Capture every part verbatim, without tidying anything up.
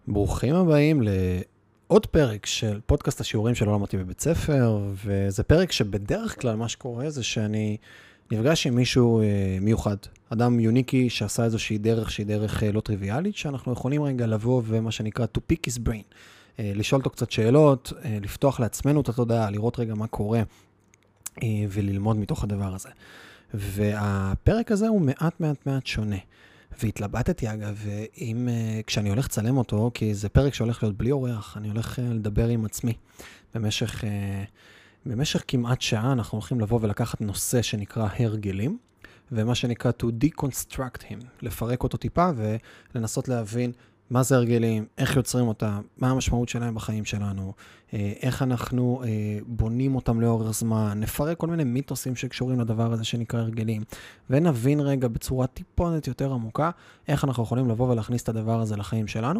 ברוכים הבאים לעוד פרק של פודקאסט השיעורים של עולם אותי בבית ספר, וזה פרק שבדרך כלל מה שקורה זה שאני נפגש עם מישהו אה, מיוחד, אדם יוניקי שעשה איזושהי דרך שהיא דרך אה, לא טריוויאלית, שאנחנו יכולים רגע לבוא ומה שנקרא to pick his brain, אה, לשאול אותו קצת שאלות, אה, לפתוח לעצמנו את התודעה, לראות רגע מה קורה אה, וללמוד מתוך הדבר הזה. והפרק הזה הוא מעט מעט מעט שונה. והתלבטתי אגב, אם, כשאני הולך לצלם אותו, כי זה פרק שהולך להיות בלי אורח, אני הולך לדבר עם עצמי. במשך, במשך כמעט שעה אנחנו הולכים לבוא ולקחת נושא שנקרא הרגלים, ומה שנקרא to deconstruct him, לפרק אותו טיפה ולנסות להבין מה זה הרגלים, איך יוצרים אותם, מה המשמעות שלהם בחיים שלנו, איך אנחנו בונים אותם לאורך זמן, נפרק כל מיני מיתוסים שקשורים לדבר הזה שנקרא הרגלים, ונבין רגע בצורה טיפונת יותר עמוקה, איך אנחנו יכולים לבוא ולהכניס את הדבר הזה לחיים שלנו.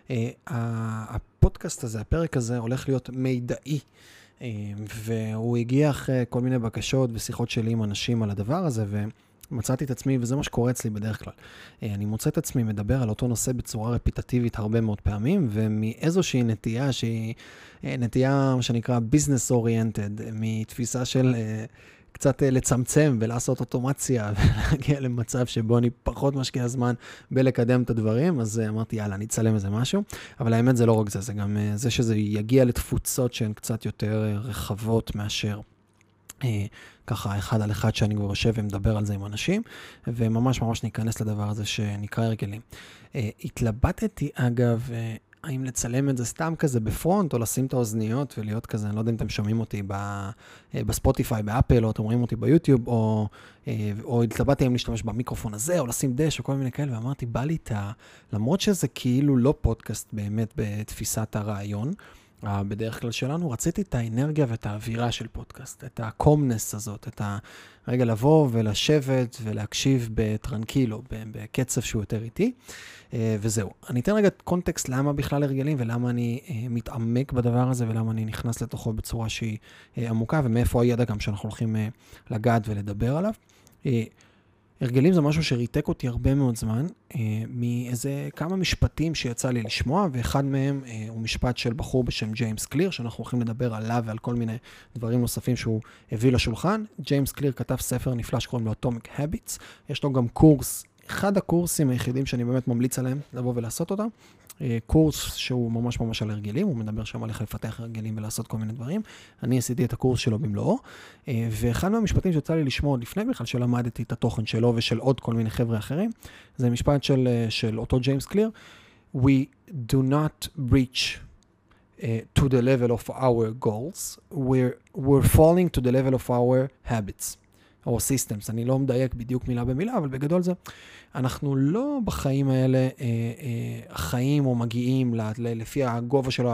הפודקאסט הזה, הפרק הזה, הולך להיות מידעי, והוא הגיע אחרי כל מיני בקשות ושיחות שלי עם אנשים על הדבר הזה, ו... מצאתי את עצמי, וזה מה שקורה אצלי בדרך כלל. אני מוצא את עצמי מדבר על אותו נושא בצורה רפיטטיבית הרבה מאוד פעמים, ומאיזושהי נטייה שהיא נטייה, מה שנקרא, business oriented, מתפיסה של קצת לצמצם ולעשות אוטומציה, ולהגיע למצב שבו אני פחות משקיע זמן בלקדם את הדברים, אז אמרתי, יאללה, אני אצלם איזה משהו, אבל האמת זה לא רק זה, זה גם זה שזה יגיע לתפוצות שהן קצת יותר רחבות מאשר ככה אחד על אחד שאני כבר יושב ומדבר על זה עם אנשים, וממש ממש ניכנס לדבר הזה שנקרא הרגלים. התלבטתי אגב, האם לצלם את זה סתם כזה בפרונט, או לשים את האוזניות ולהיות כזה, אני לא יודע אם אתם שומעים אותי בספוטיפיי, באפל, או אתם רואים אותי ביוטיוב, או, או התלבטתי אם להשתמש במיקרופון הזה, או לשים דש, או כל מיני כאלה, ואמרתי, בא לי את ה... למרות שזה כאילו לא פודקאסט באמת בתפיסת הרעיון, בדרך כלל שלנו, רציתי את האנרגיה ואת האווירה של פודקאסט, את הקומנס הזאת, את הרגע לבוא ולשבת ולהקשיב בטרנקילו, בקצב שהוא יותר איטי, וזהו. אני אתן רגע קונטקסט למה בכלל הרגלים ולמה אני מתעמק בדבר הזה ולמה אני נכנס לתוכו בצורה שהיא עמוקה, ומאיפה הידע גם שאנחנו הולכים לגעת ולדבר עליו. הרגלים זה משהו שריתק אותי הרבה מאוד זמן, אה, מאיזה כמה משפטים שיצא לי לשמוע, ואחד מהם אה, הוא משפט של בחור בשם ג'יימס קליר, שאנחנו הולכים לדבר עליו ועל כל מיני דברים נוספים שהוא הביא לשולחן. ג'יימס קליר כתב ספר נפלא שקוראים לו Atomic Habits, יש לו גם קורס, אחד הקורסים היחידים שאני באמת ממליץ עליהם לבוא ולעשות אותם, קורס שהוא ממש ממש על הרגלים, הוא מדבר שם על איך לפתח הרגלים ולעשות כל מיני דברים. אני עשיתי את הקורס שלו במלואו, ואחד מהמשפטים שיצא לי לשמוע לפני בכלל שלמדתי את התוכן שלו ושל עוד כל מיני חבר'ה אחרים, זה משפט של, של אותו ג'יימס קליר, We do not reach uh, to the level of our goals, we're, we're falling to the level of our habits. או systems, אני לא מדייק בדיוק מילה במילה, אבל בגדול זה, אנחנו לא בחיים האלה אה, אה, חיים או מגיעים לפי הגובה של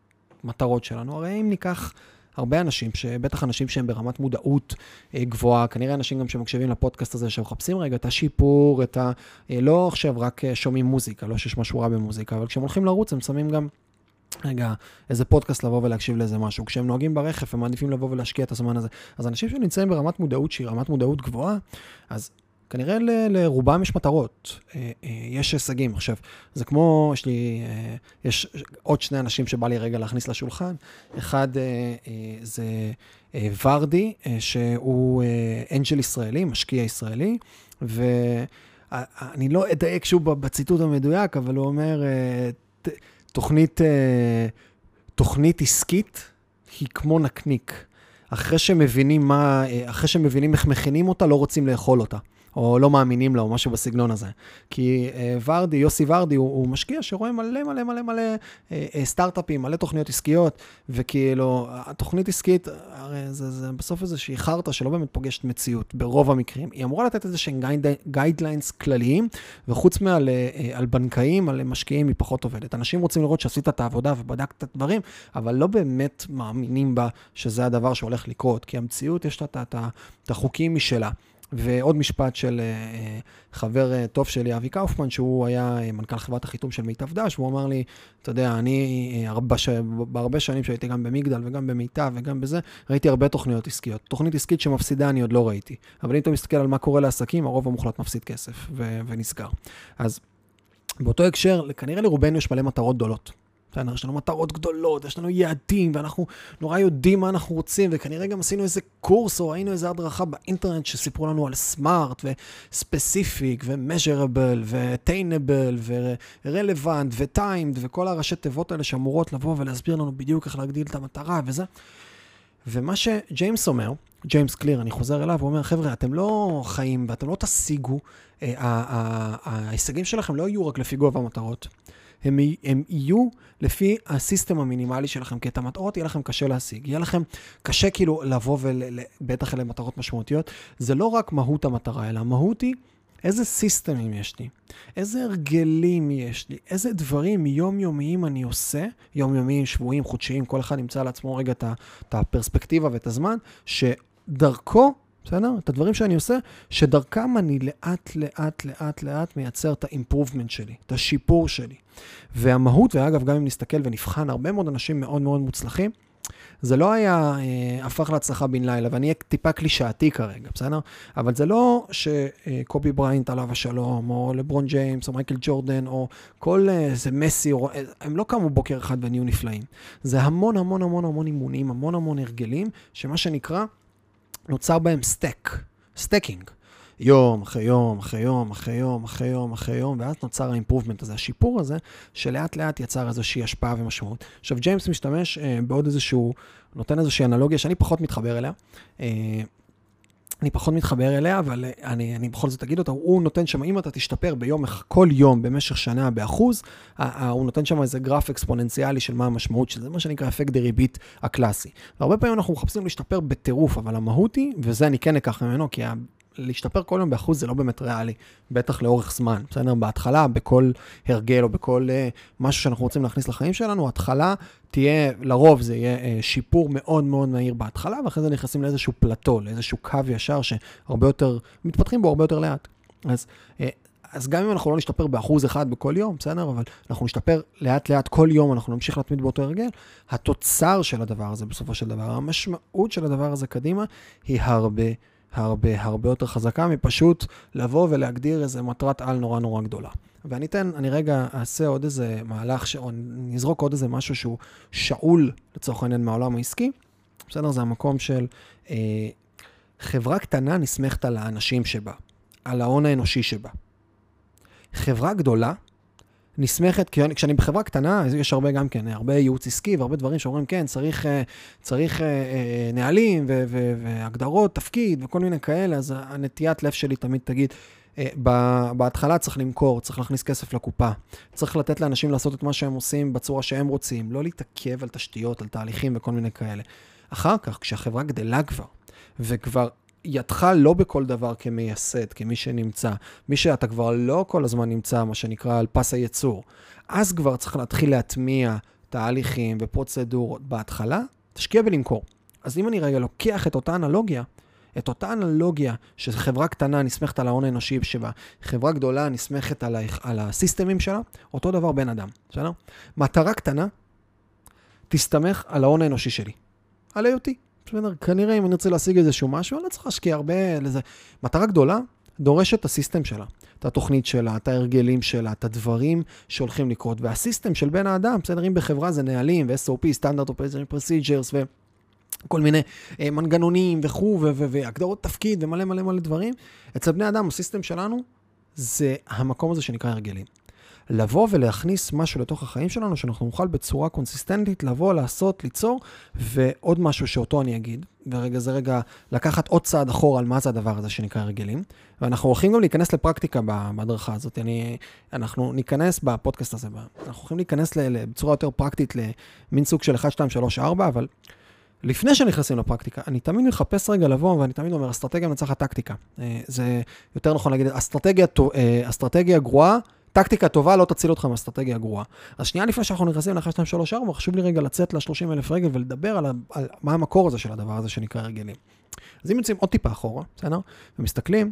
המטרות שלנו. הרי אם ניקח הרבה אנשים, שבטח אנשים שהם ברמת מודעות אה, גבוהה, כנראה אנשים גם שמקשיבים לפודקאסט הזה, שמחפשים רגע את השיפור, את ה... אה, לא עכשיו רק שומעים מוזיקה, לא שיש משהו רע במוזיקה, אבל כשהם הולכים לרוץ, הם שמים גם רגע, איזה פודקאסט לבוא ולהקשיב לאיזה משהו. כשהם נוהגים ברכב, הם מעדיפים לבוא ולהשקיע את הזמן הזה. אז אנשים שנמצאים ברמת מודעות שהיא רמת מודעות גבוהה, אז כנראה ל- לרובם יש מטרות, יש הישגים. עכשיו, זה כמו, יש לי, יש עוד שני אנשים שבא לי רגע להכניס לשולחן. אחד זה ורדי, שהוא אנג'ל ישראלי, משקיע ישראלי, ואני לא אדייק שוב בציטוט המדויק, אבל הוא אומר, תוכנית, תוכנית עסקית היא כמו נקניק. אחרי שמבינים מה, אחרי שמבינים איך מכינים אותה, לא רוצים לאכול אותה. או לא מאמינים לה, או משהו בסגנון הזה. כי ורדי, יוסי ורדי, הוא, הוא משקיע שרואה מלא מלא מלא מלא סטארט-אפים, מלא תוכניות עסקיות, וכאילו, התוכנית עסקית, הרי זה, זה בסוף איזה שהיא חרטה שלא באמת פוגשת מציאות, ברוב המקרים. היא אמורה לתת איזה שהם גיידליינס כלליים, וחוץ מעל על בנקאים, על משקיעים, היא פחות עובדת. אנשים רוצים לראות שעשית את העבודה ובדקת את הדברים, אבל לא באמת מאמינים בה שזה הדבר שהולך לקרות, כי המציאות יש את, את, את החוקים משלה. ועוד משפט של חבר טוב שלי, אבי קאופמן, שהוא היה מנכ"ל חברת החיתום של מיטב דש, והוא אמר לי, אתה יודע, אני הרבה, בהרבה שנים שהייתי גם במגדל וגם במיטב וגם בזה, ראיתי הרבה תוכניות עסקיות. תוכנית עסקית שמפסידה אני עוד לא ראיתי. אבל אם אתה מסתכל על מה קורה לעסקים, הרוב המוחלט מפסיד כסף ו- ונסגר. אז באותו הקשר, כנראה לרובנו יש מלא מטרות גדולות. יש לנו מטרות גדולות, יש לנו יעדים, ואנחנו נורא יודעים מה אנחנו רוצים, וכנראה גם עשינו איזה קורס, או ראינו איזה הדרכה באינטרנט, שסיפרו לנו על סמארט, וספציפיק, ומז'רבל, וטיינבל, ורלוונט, וטיימד, וכל הראשי תיבות האלה שאמורות לבוא ולהסביר לנו בדיוק איך להגדיל את המטרה, וזה. ומה שג'יימס אומר, ג'יימס קליר, אני חוזר אליו, הוא אומר, חבר'ה, אתם לא חיים, ואתם לא תשיגו, ההישגים שלכם לא יהיו רק לפי גובה המטרות, הם, הם יהיו לפי הסיסטם המינימלי שלכם, כי את המטרות יהיה לכם קשה להשיג, יהיה לכם קשה כאילו לבוא ובטח אלה מטרות משמעותיות, זה לא רק מהות המטרה, אלא המהות היא איזה סיסטמים יש לי, איזה הרגלים יש לי, איזה דברים יומיומיים אני עושה, יומיומיים, שבועיים, חודשיים, כל אחד ימצא לעצמו רגע את הפרספקטיבה ואת הזמן, שדרכו, בסדר? את הדברים שאני עושה, שדרכם אני לאט, לאט, לאט, לאט מייצר את האימפרובמנט שלי, את השיפור שלי. והמהות, ואגב, גם אם נסתכל ונבחן הרבה מאוד אנשים מאוד מאוד מוצלחים, זה לא היה אה, הפך להצלחה בן לילה, ואני אהיה טיפה קלישאתי כרגע, בסדר? אבל זה לא שקובי בריינט עליו השלום, או לברון ג'יימס, או מייקל ג'ורדן, או כל איזה מסי, או, הם לא קמו בוקר אחד ונהיו נפלאים. זה המון המון המון המון אימונים, המון המון הרגלים, שמה שנקרא, נוצר בהם סטק, סטקינג. יום אחרי יום, אחרי יום, אחרי יום, אחרי יום, אחרי יום, ואז נוצר האימפרובמנט הזה, השיפור הזה, שלאט לאט יצר איזושהי השפעה ומשמעות. עכשיו, ג'יימס משתמש אה, בעוד איזשהו, נותן איזושהי אנלוגיה שאני פחות מתחבר אליה, אה, אני פחות מתחבר אליה, אבל אני, אני בכל זאת אגיד אותה, הוא נותן שם, אם אתה תשתפר ביום, כל יום, במשך שנה, באחוז, הוא נותן שם איזה גרף אקספוננציאלי של מה המשמעות של זה, מה שנקרא אפקט דריבית הקלאסי. והרבה פעמים אנחנו מחפשים להשתפר בטירוף, אבל המהות היא, וזה אני כן אקח ממנו, כי להשתפר כל יום באחוז זה לא באמת ריאלי, בטח לאורך זמן. בסדר? בהתחלה, בכל הרגל או בכל uh, משהו שאנחנו רוצים להכניס לחיים שלנו, ההתחלה תהיה, לרוב זה יהיה uh, שיפור מאוד מאוד מהיר בהתחלה, ואחרי זה נכנסים לאיזשהו פלטו, לאיזשהו קו ישר שהרבה יותר, מתפתחים בו הרבה יותר לאט. אז, uh, אז גם אם אנחנו לא נשתפר באחוז אחד בכל יום, בסדר? אבל אנחנו נשתפר לאט לאט כל יום, אנחנו נמשיך להתמיד באותו הרגל, התוצר של הדבר הזה בסופו של דבר, המשמעות של הדבר הזה קדימה, היא הרבה הרבה, הרבה יותר חזקה מפשוט לבוא ולהגדיר איזה מטרת על נורא נורא גדולה. ואני אתן, אני רגע אעשה עוד איזה מהלך, ש... או נזרוק עוד איזה משהו שהוא שאול לצורך העניין מהעולם העסקי. בסדר, זה המקום של אה, חברה קטנה נסמכת על האנשים שבה, על ההון האנושי שבה. חברה גדולה נסמכת, כי כשאני בחברה קטנה, יש הרבה גם כן, הרבה ייעוץ עסקי והרבה דברים שאומרים, כן, צריך, צריך נהלים ו- ו- והגדרות, תפקיד וכל מיני כאלה, אז הנטיית לב שלי תמיד תגיד, בהתחלה צריך למכור, צריך להכניס כסף לקופה, צריך לתת לאנשים לעשות את מה שהם עושים בצורה שהם רוצים, לא להתעכב על תשתיות, על תהליכים וכל מיני כאלה. אחר כך, כשהחברה גדלה כבר, וכבר ידך לא בכל דבר כמייסד, כמי שנמצא, מי שאתה כבר לא כל הזמן נמצא, מה שנקרא על פס הייצור, אז כבר צריך להתחיל להטמיע תהליכים ופרוצדורות בהתחלה, תשקיע בלמכור. אז אם אני רגע לוקח את אותה אנלוגיה, את אותה אנלוגיה שחברה קטנה נסמכת על ההון האנושי שבה, חברה גדולה נסמכת על, ה- על הסיסטמים שלה, אותו דבר בן אדם, בסדר? מטרה קטנה תסתמך על ההון האנושי שלי, על היותי. בסדר, כנראה אם אני רוצה להשיג איזשהו משהו, אני לא צריך להשקיע הרבה לזה. מטרה גדולה דורשת את הסיסטם שלה, את התוכנית שלה, את ההרגלים שלה, את הדברים שהולכים לקרות. והסיסטם של בן האדם, בסדר, אם בחברה זה נהלים ו-אס או פי, Standard Operating Procedures וכל מיני אה, מנגנונים וכו' והגדרות תפקיד ומלא מלא מלא דברים, אצל בני האדם, הסיסטם שלנו זה המקום הזה שנקרא הרגלים. לבוא ולהכניס משהו לתוך החיים שלנו, שאנחנו נוכל בצורה קונסיסטנטית, לבוא, לעשות, ליצור, ועוד משהו שאותו אני אגיד, ורגע זה רגע לקחת עוד צעד אחורה על מה זה הדבר הזה שנקרא הרגלים, ואנחנו הולכים גם להיכנס לפרקטיקה בהדרכה הזאת, אני, אנחנו ניכנס בפודקאסט הזה, אנחנו הולכים להיכנס בצורה יותר פרקטית למין סוג של אחת, שתיים, שלוש, ארבע, אבל לפני שנכנסים לפרקטיקה, אני תמיד מחפש רגע לבוא, ואני תמיד אומר, אסטרטגיה מנצחת טקטיקה. זה יותר נכון להגיד, אסטרטגיה, אסטרטגיה גרועה, טקטיקה טובה לא תציל אותך מאסטרטגיה גרועה. אז שנייה לפני שאנחנו נכנסים ל-אחת, שתיים, שלוש, ארבע, חשוב לי רגע לצאת ל-שלושים אלף רגל ולדבר על, על מה המקור הזה של הדבר הזה שנקרא הרגלים. אז אם יוצאים עוד טיפה אחורה, בסדר? ומסתכלים,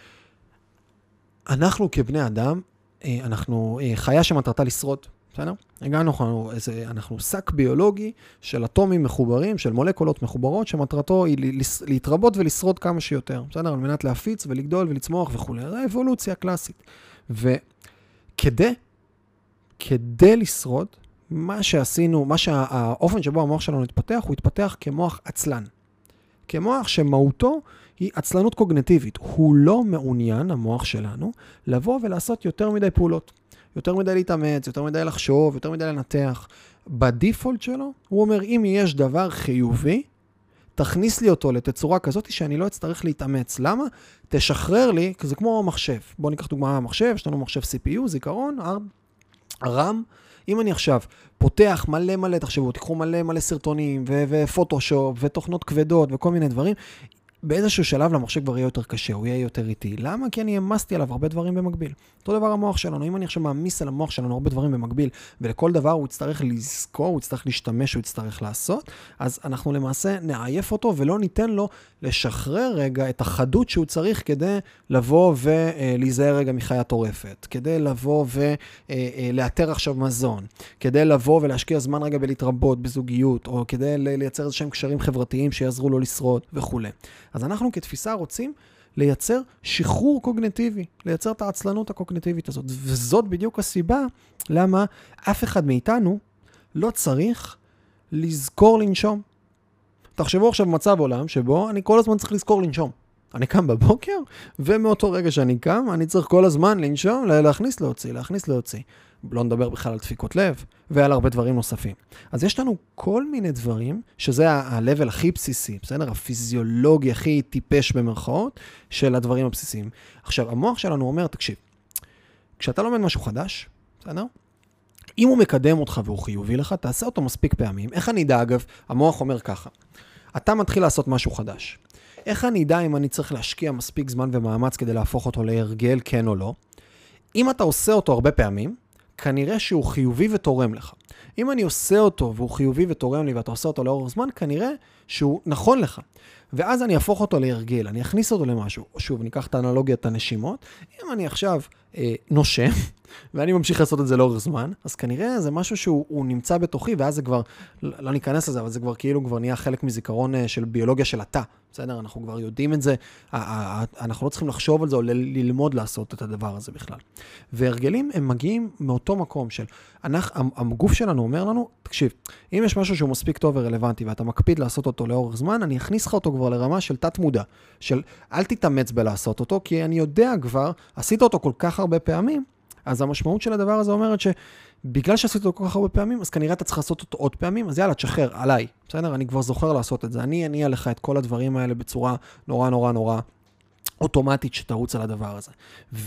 אנחנו כבני אדם, אנחנו חיה שמטרתה לשרוד, בסדר? הגענו, אנחנו, איזה, אנחנו שק ביולוגי של אטומים מחוברים, של מולקולות מחוברות, שמטרתו היא להתרבות ולשרוד כמה שיותר, בסדר? על מנת להפיץ ולגדול ולצמוח וכו'. זה האבולוציה הקלאסית. ו כדי כדי לשרוד, מה שעשינו, מה שהאופן שבו המוח שלנו התפתח, הוא התפתח כמוח עצלן. כמוח שמהותו היא עצלנות קוגניטיבית. הוא לא מעוניין, המוח שלנו, לבוא ולעשות יותר מדי פעולות. יותר מדי להתאמץ, יותר מדי לחשוב, יותר מדי לנתח. בדיפולט שלו, הוא אומר, אם יש דבר חיובי, תכניס לי אותו לתצורה כזאת שאני לא אצטרך להתאמץ. למה? תשחרר לי, כי זה כמו מחשב. בואו ניקח דוגמה מחשב, יש לנו מחשב סי פי יו, זיכרון, רם. אם אני עכשיו פותח מלא מלא, תחשבו, תיקחו מלא מלא סרטונים ו- ופוטושופ ותוכנות כבדות וכל מיני דברים, באיזשהו שלב למחשב כבר יהיה יותר קשה, הוא יהיה יותר איטי. למה? כי אני אמסתי עליו הרבה דברים במקביל. אותו דבר המוח שלנו, אם אני עכשיו מאמיס על המוח שלנו הרבה דברים במקביל, ולכל דבר הוא יצטרך לזכור, הוא יצטרך להשתמש, הוא יצטרך לעשות, אז אנחנו למעשה נעייף אותו ולא ניתן לו לשחרר רגע את החדות שהוא צריך כדי לבוא ולהיזהר רגע מחיה טורפת, כדי לבוא ולאתר עכשיו מזון, כדי לבוא ולהשקיע זמן רגע בלהתרבות, בזוגיות, או כדי לייצר איזשהם קשרים חברתיים שיעזרו לו לשרוד וכו'. אז אנחנו כתפיסה רוצים לייצר שחרור קוגניטיבי, לייצר את העצלנות הקוגניטיבית הזאת. וזאת בדיוק הסיבה למה אף אחד מאיתנו לא צריך לזכור לנשום. תחשבו עכשיו במצב עולם שבו אני כל הזמן צריך לזכור לנשום. אני קם בבוקר, ומאותו רגע שאני קם, אני צריך כל הזמן לנשום, להכניס להוציא, להכניס להוציא. לא נדבר בכלל על דפיקות לב, ועל הרבה דברים נוספים. אז יש לנו כל מיני דברים, שזה ה-level הכי בסיסי, בסדר? הפיזיולוגי הכי טיפש במרכאות, של הדברים הבסיסיים. עכשיו, המוח שלנו אומר, תקשיב, כשאתה לומד משהו חדש, בסדר? אם הוא מקדם אותך והוא חיובי לך, תעשה אותו מספיק פעמים. איך אני אדע, אגב? המוח אומר ככה, אתה מתחיל לעשות משהו חדש. איך אני אדע אם אני צריך להשקיע מספיק זמן ומאמץ כדי להפוך אותו להרגל, כן או לא? אם אתה עושה אותו הרבה פעמים, כנראה שהוא חיובי ותורם לך. אם אני עושה אותו והוא חיובי ותורם לי ואתה עושה אותו לאורך זמן, כנראה שהוא נכון לך. ואז אני אהפוך אותו להרגל, אני אכניס אותו למשהו. שוב, ניקח את האנלוגיית הנשימות. אם אני עכשיו אה, נושם, ואני ממשיך לעשות את זה לאורך זמן, אז כנראה זה משהו שהוא נמצא בתוכי, ואז זה כבר, לא ניכנס לזה, אבל זה כבר כאילו כבר נהיה חלק מזיכרון של ביולוגיה של התא. בסדר? אנחנו כבר יודעים את זה, אנחנו לא צריכים לחשוב על זה או ללמוד לעשות את הדבר הזה בכלל. והרגלים הם מגיעים מאותו מקום של, אנחנו, הגוף שלנו אומר לנו, תקשיב, אם יש משהו שהוא מספיק טוב ורלוונטי, ואתה מקפיד לעשות אותו לאורך זמן, אני אכניס לך אותו כבר לרמה של תת מודע, של אל תתאמץ בלעשות אותו, כי אני יודע כבר, עשית אותו כל כך הרבה פעמים, אז המשמעות של הדבר הזה אומרת שבגלל שעשית אותו כל כך הרבה פעמים, אז כנראה אתה צריך לעשות אותו עוד פעמים, אז יאללה, תשחרר, עליי. בסדר? אני כבר זוכר לעשות את זה. אני אניע לך את כל הדברים האלה בצורה נורא נורא נורא אוטומטית שתרוץ על הדבר הזה.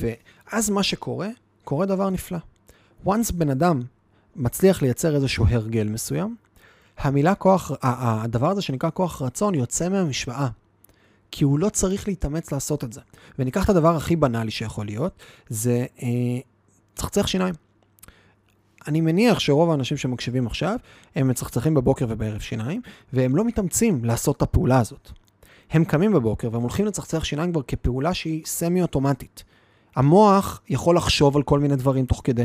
ואז מה שקורה, קורה דבר נפלא. once בן אדם מצליח לייצר איזשהו הרגל מסוים, המילה כוח, הדבר הזה שנקרא כוח רצון יוצא מהמשוואה. כי הוא לא צריך להתאמץ לעשות את זה. וניקח את הדבר הכי בנאלי שיכול להיות, זה אה, צחצח שיניים. אני מניח שרוב האנשים שמקשיבים עכשיו, הם מצחצחים בבוקר ובערב שיניים, והם לא מתאמצים לעשות את הפעולה הזאת. הם קמים בבוקר והם הולכים לצחצח שיניים כבר כפעולה שהיא סמי-אוטומטית. המוח יכול לחשוב על כל מיני דברים תוך כדי.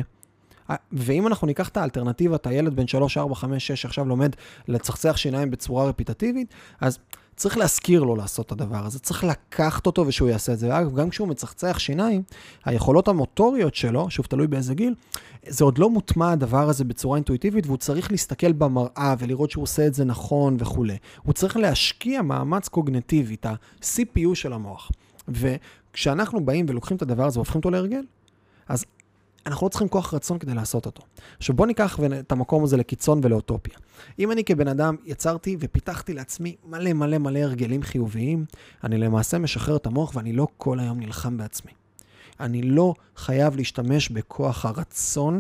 ואם אנחנו ניקח את האלטרנטיבה, את הילד בן שלוש, ארבע, חמש, שש, עכשיו לומד לצחצח שיניים בצורה רפיטטיבית, אז צריך להזכיר לו לעשות את הדבר הזה, צריך לקחת אותו ושהוא יעשה את זה. ואגב, גם כשהוא מצחצח שיניים, היכולות המוטוריות שלו, שוב תלוי באיזה גיל, זה עוד לא מוטמע הדבר הזה בצורה אינטואיטיבית, והוא צריך להסתכל במראה ולראות שהוא עושה את זה נכון וכו'. הוא צריך להשקיע מאמץ קוגניטיבי, את ה-סי פי יו של המוח. וכשאנחנו באים ולוקחים את הדבר הזה והופכים אותו להרגל, אז אנחנו לא צריכים כוח רצון כדי לעשות אותו. עכשיו בוא ניקח את המקום הזה לקיצון ולאוטופיה. אם אני כבן אדם יצרתי ופיתחתי לעצמי מלא מלא מלא הרגלים חיוביים, אני למעשה משחרר את המוח ואני לא כל היום נלחם בעצמי. אני לא חייב להשתמש בכוח הרצון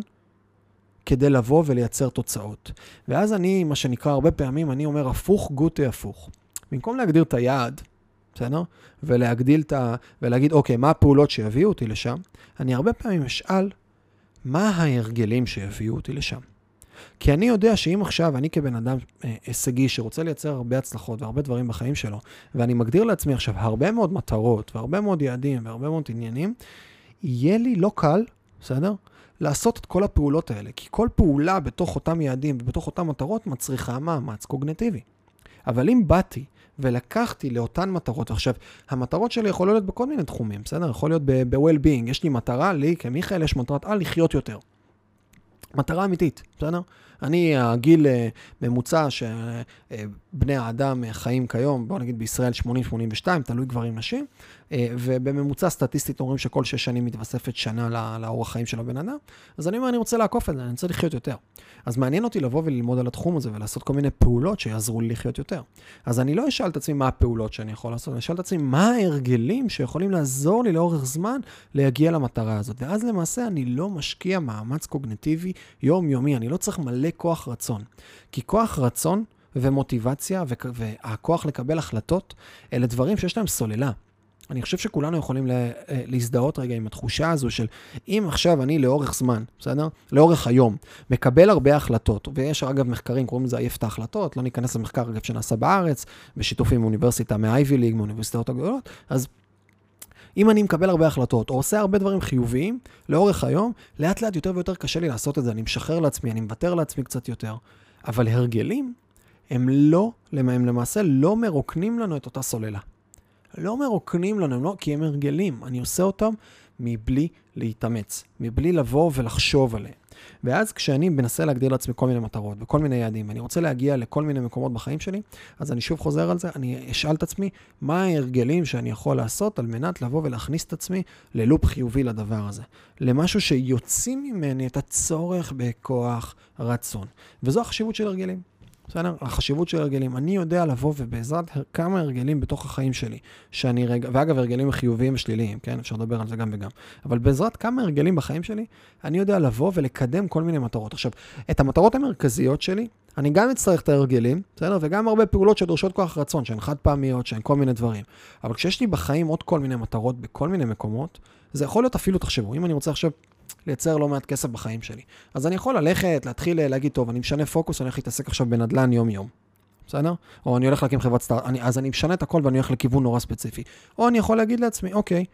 כדי לבוא ולייצר תוצאות. ואז אני, מה שנקרא הרבה פעמים, אני אומר הפוך גוטי הפוך. במקום להגדיר את היעד, בסדר? ולהגדיל את ה... ולהגיד, אוקיי, מה הפעולות שיביאו אותי לשם? אני הרבה פעמים אשאל, מה ההרגלים שיביאו אותי לשם? כי אני יודע שאם עכשיו אני כבן אדם הישגי שרוצה לייצר הרבה הצלחות והרבה דברים בחיים שלו, ואני מגדיר לעצמי עכשיו הרבה מאוד מטרות והרבה מאוד יעדים והרבה מאוד עניינים, יהיה לי לא קל, בסדר? לעשות את כל הפעולות האלה, כי כל פעולה בתוך אותם יעדים ובתוך אותם מטרות מצריכה מאמץ קוגניטיבי. אבל אם באתי ולקחתי לאותן מטרות, עכשיו, המטרות שלי יכול להיות בכל מיני תחומים, בסדר? יכול להיות ב-well-being, יש לי מטרה, לי כמיכאל יש מטרת על לחיות יותר. מטרה אמיתית, בסדר? אני, הגיל ממוצע שבני האדם חיים כיום, בוא נגיד בישראל שמונים שמונים ושתיים, תלוי גברים נשים, ובממוצע סטטיסטית אומרים שכל שש שנים מתווספת שנה לאורח חיים של הבן אדם, אז אני אומר, אני רוצה לעקוף את זה, אני רוצה לחיות יותר. אז מעניין אותי לבוא וללמוד על התחום הזה, ולעשות כל מיני פעולות שיעזרו לי לחיות יותר. אז אני לא אשאל את עצמי מה הפעולות שאני יכול לעשות, אני אשאל את עצמי מה ההרגלים שיכולים לעזור לי לאורך זמן להגיע למטרה הזאת. ואז למעשה אני לא משקיע מאמץ קוגניטיבי יומיומי, אני לא צריך מלא כוח רצון. כי כוח רצון ומוטיבציה והכוח לקבל החלטות, אלה דברים שיש להם סוללה. אני חושב שכולנו יכולים להזדהות רגע עם התחושה הזו של אם עכשיו אני לאורך זמן, בסדר? לאורך היום, מקבל הרבה החלטות, ויש אגב מחקרים, קוראים לזה עייף את ההחלטות, לא ניכנס למחקר אגב שנעשה בארץ, בשיתוף עם אוניברסיטה מאייבי ליג, מאוניברסיטאות הגדולות, אז אם אני מקבל הרבה החלטות, או עושה הרבה דברים חיוביים, לאורך היום, לאט לאט יותר ויותר קשה לי לעשות את זה, אני משחרר לעצמי, אני מוותר לעצמי קצת יותר, אבל הרגלים, הם לא, הם למעשה לא מרוקנים לנו את אותה סוללה. לא מרוקנים לנו, לא, כי הם הרגלים. אני עושה אותם מבלי להתאמץ, מבלי לבוא ולחשוב עליהם. ואז כשאני מנסה להגדיר לעצמי כל מיני מטרות וכל מיני יעדים, ואני רוצה להגיע לכל מיני מקומות בחיים שלי, אז אני שוב חוזר על זה, אני אשאל את עצמי מה ההרגלים שאני יכול לעשות על מנת לבוא ולהכניס את עצמי ללופ חיובי לדבר הזה. למשהו שיוציא ממני את הצורך בכוח רצון. וזו החשיבות של הרגלים. בסדר? החשיבות של הרגלים. אני יודע לבוא ובעזרת כמה הרגלים בתוך החיים שלי, שאני רגע, ואגב, הרגלים חיוביים ושליליים, כן? אפשר לדבר על זה גם וגם. אבל בעזרת כמה הרגלים בחיים שלי, אני יודע לבוא ולקדם כל מיני מטרות. עכשיו, את המטרות המרכזיות שלי, אני גם אצטרך את ההרגלים, בסדר? וגם הרבה פעולות שדורשות כוח רצון, שהן חד פעמיות, שהן כל מיני דברים. אבל כשיש לי בחיים עוד כל מיני מטרות בכל מיני מקומות, זה יכול להיות אפילו, תחשבו, אם אני רוצה עכשיו לייצר לא מעט כסף בחיים שלי. אז אני יכול ללכת, להתחיל להגיד, טוב, אני משנה פוקוס, אני הולך להתעסק עכשיו בנדלן יום-יום. בסדר? או אני הולך להקים חברת סטארט, אני, אז אני משנה את הכל ואני הולך לכיוון נורא ספציפי. או אני יכול להגיד לעצמי, אוקיי,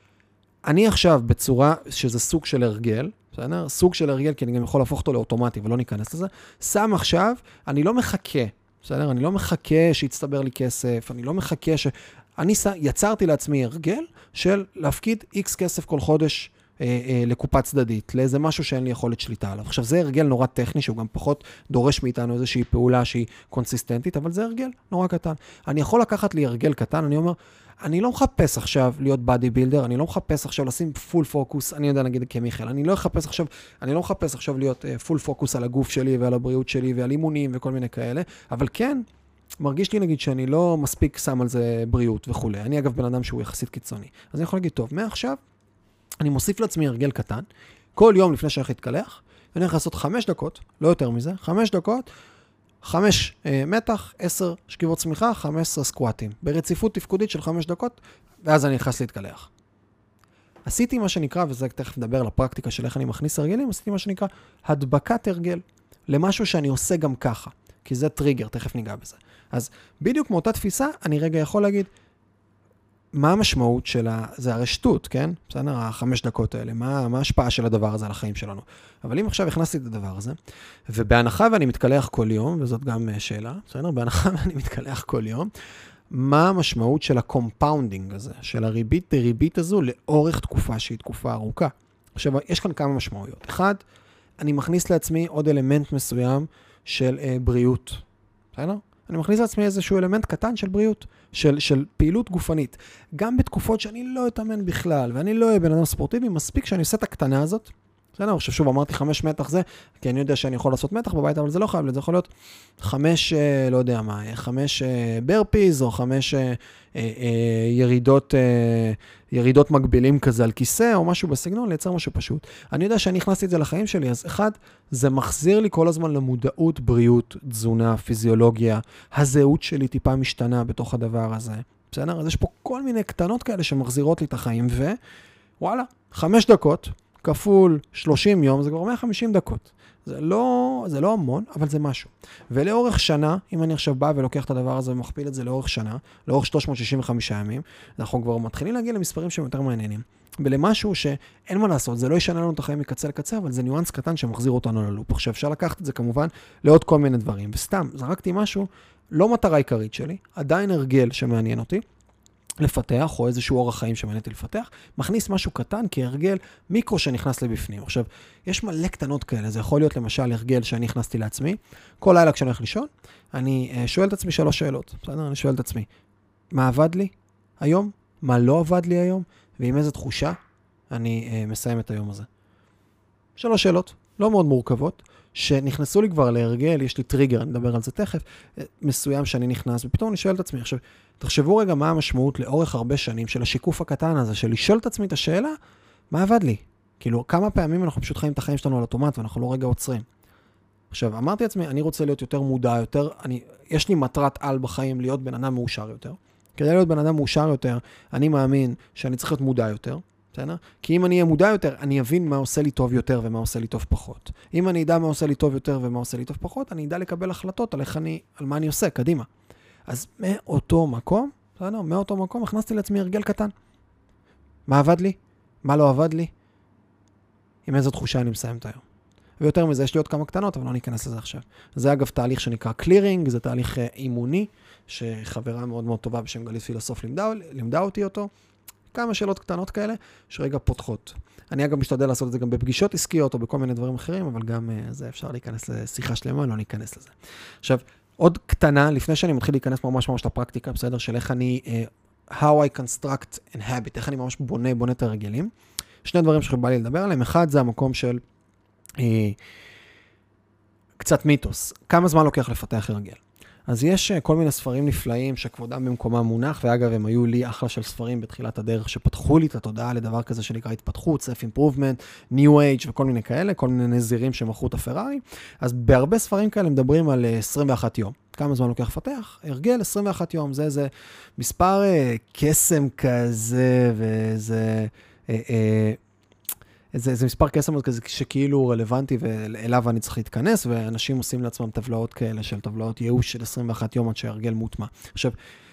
אני עכשיו בצורה שזה סוג של הרגל, בסדר? סוג של הרגל, כי אני גם יכול להפוך אותו לאוטומטי ולא ניכנס לזה. שם עכשיו, אני לא מחכה, בסדר? אני לא מחכה שיצטבר לי כסף, אני לא מחכה ש... אני יצרתי לעצמי הרגל של להפקיד X כסף כל חודש אה, אה, לקופה צדדית, לאיזה משהו שאין לי יכולת שליטה עליו. עכשיו, זה הרגל נורא טכני, שהוא גם פחות דורש מאיתנו איזושהי פעולה שהיא קונסיסטנטית, אבל זה הרגל נורא קטן. אני יכול לקחת לי הרגל קטן, אני אומר, אני לא מחפש עכשיו להיות בדי בילדר, אני לא מחפש עכשיו לשים פול פוקוס, אני יודע נגיד כמיכאל, אני לא מחפש עכשיו, אני לא מחפש עכשיו להיות פול פוקוס על הגוף שלי ועל הבריאות שלי ועל אימונים וכל מיני כאלה, אבל כן, מרגיש לי נגיד שאני לא מספיק שם על זה בריאות וכו'. אני אגב בן אדם שהוא יחסית קיצוני. אז אני יכול להגיד, טוב, מעכשיו אני מוסיף לעצמי הרגל קטן, כל יום לפני שאני הולך להתקלח, ואני הולך לעשות חמש דקות, לא יותר מזה, חמש דקות, חמש אה, מתח, עשר שכיבות צמיחה, חמש עשרה סקואטים. ברציפות תפקודית של חמש דקות, ואז אני נכנס להתקלח. עשיתי מה שנקרא, וזה תכף נדבר על הפרקטיקה של איך אני מכניס הרגלים, עשיתי מה שנקרא הדבקת הרגל, למשהו שאני עושה גם ככה. כי זה טריגר, תכף ניגע בזה. אז בדיוק מאותה תפיסה, אני רגע יכול להגיד, מה המשמעות של ה... זה הרשתות, כן? בסדר, החמש דקות האלה, מה, מה ההשפעה של הדבר הזה על החיים שלנו? אבל אם עכשיו הכנסתי את הדבר הזה, ובהנחה ואני מתקלח כל יום, וזאת גם שאלה, בסדר? בהנחה ואני מתקלח כל יום, מה המשמעות של הקומפאונדינג הזה, של הריבית דריבית הזו, לאורך תקופה שהיא תקופה ארוכה? עכשיו, יש כאן כמה משמעויות. אחד, אני מכניס לעצמי עוד אלמנט מסוים של אה, בריאות. בסדר? אני מכניס לעצמי איזשהו אלמנט קטן של בריאות, של, של פעילות גופנית. גם בתקופות שאני לא אתאמן בכלל, ואני לא אהיה בן אדם ספורטיבי, מספיק שאני עושה את הקטנה הזאת. בסדר? עכשיו שוב אמרתי חמש מתח זה, כי אני יודע שאני יכול לעשות מתח בבית, אבל זה לא חייב, זה יכול להיות חמש, אה, לא יודע מה, חמש אה, ברפיז, או חמש אה, אה, ירידות, אה, ירידות מגבילים כזה על כיסא, או משהו בסגנון, לייצר משהו פשוט. אני יודע שאני הכנסתי את זה לחיים שלי, אז אחד, זה מחזיר לי כל הזמן למודעות, בריאות, תזונה, פיזיולוגיה, הזהות שלי טיפה משתנה בתוך הדבר הזה. בסדר? אז יש פה כל מיני קטנות כאלה שמחזירות לי את החיים, ווואלה, חמש דקות, כפול שלושים יום, זה כבר מאה וחמישים דקות. זה לא, זה לא המון, אבל זה משהו. ולאורך שנה, אם אני עכשיו בא ולוקח את הדבר הזה ומכפיל את זה לאורך שנה, לאורך שלוש מאות שישים וחמישה ימים, אנחנו כבר מתחילים להגיע למספרים שהם יותר מעניינים. ולמשהו שאין מה לעשות, זה לא ישנה לנו את החיים מקצה לקצה, אבל זה ניואנס קטן שמחזיר אותנו ללופ. עכשיו אפשר לקחת את זה כמובן לעוד כל מיני דברים. וסתם, זרקתי משהו, לא מטרה עיקרית שלי, עדיין הרגל שמעניין אותי, לפתח, או איזשהו אורח חיים שמעניינתי לפתח, מכניס משהו קטן כהרגל מיקרו שנכנס לבפנים. עכשיו, יש מלא קטנות כאלה, זה יכול להיות למשל הרגל שאני הכנסתי לעצמי, כל לילה כשאני הולך לישון, אני שואל את עצמי שלוש שאלות, בסדר? אני שואל את עצמי, מה עבד לי היום? מה לא עבד לי היום? ועם איזו תחושה אני uh, מסיים את היום הזה. שלוש שאלות, לא מאוד מורכבות, שנכנסו לי כבר להרגל, יש לי טריגר, אני מדבר על זה תכף, מסוים שאני נכנס, ופתאום אני שואל את עצמי, עכשיו, תחשבו רגע מה המשמעות לאורך הרבה שנים של השיקוף הקטן הזה, של לשאול את עצמי את השאלה, מה עבד לי? כאילו, כמה פעמים אנחנו פשוט חיים את החיים שלנו על אוטומט, ואנחנו לא רגע עוצרים. עכשיו, אמרתי לעצמי, אני רוצה להיות יותר מודע יותר, אני, יש לי מטרת על בחיים להיות בן אדם מאושר יותר. כדי להיות בן אדם מאושר יותר, אני מאמין שאני צריך להיות מודע יותר, בסדר? כי אם אני אהיה מודע יותר, אני אבין מה עושה לי טוב יותר ומה עושה לי טוב פחות. אם אני אדע מה עושה לי טוב יותר ומה עושה לי טוב פחות, אני אדע לקבל החלטות על איך אני, על מה אני עושה, קדימה. אז מאותו מקום, בסדר? מאותו מקום הכנסתי לעצמי הרגל קטן. מה עבד לי? מה לא עבד לי? עם איזו תחושה אני מסיים את היום. ויותר מזה, יש לי עוד כמה קטנות, אבל לא ניכנס לזה עכשיו. זה אגב תהליך שנקרא קלירינג, זה תהליך אימוני, שחברה מאוד מאוד טובה בשם גלית פילוסוף לימדה, לימדה אותי אותו. כמה שאלות קטנות כאלה, שרגע פותחות. אני אגב משתדל לעשות את זה גם בפגישות עסקיות, או בכל מיני דברים אחרים, אבל גם זה אפשר להיכנס לשיחה שלמה, לא ניכנס לזה. עכשיו, עוד קטנה, לפני שאני מתחיל להיכנס ממש ממש לפרקטיקה, בסדר, של איך אני, uh, how I construct an habit, איך אני ממש בונה, בונה את הרגלים. שני דברים שבא לי לדבר עליהם. אחד, זה המקום של uh, קצת מיתוס. כמה זמן לוקח לפתח הרגל? אז יש uh, כל מיני ספרים נפלאים שכבודם במקומם מונח, ואגב, הם היו לי אחלה של ספרים בתחילת הדרך שפתחו לי את התודעה לדבר כזה שנקרא התפתחות, self-improvement, new age וכל מיני כאלה, כל מיני נזירים שמכרו את הפרארי. אז בהרבה ספרים כאלה מדברים על uh, עשרים ואחד יום. כמה זמן לוקח לפתח? הרגל עשרים ואחד יום. זה איזה מספר uh, קסם כזה, וזה... Uh, uh, זה, זה מספר קסם כזה שכאילו רלוונטי ואליו אני צריך להתכנס, ואנשים עושים לעצמם טבלאות כאלה של טבלאות ייאוש של עשרים ואחד יום עד שהרגל מוטמע. עכשיו,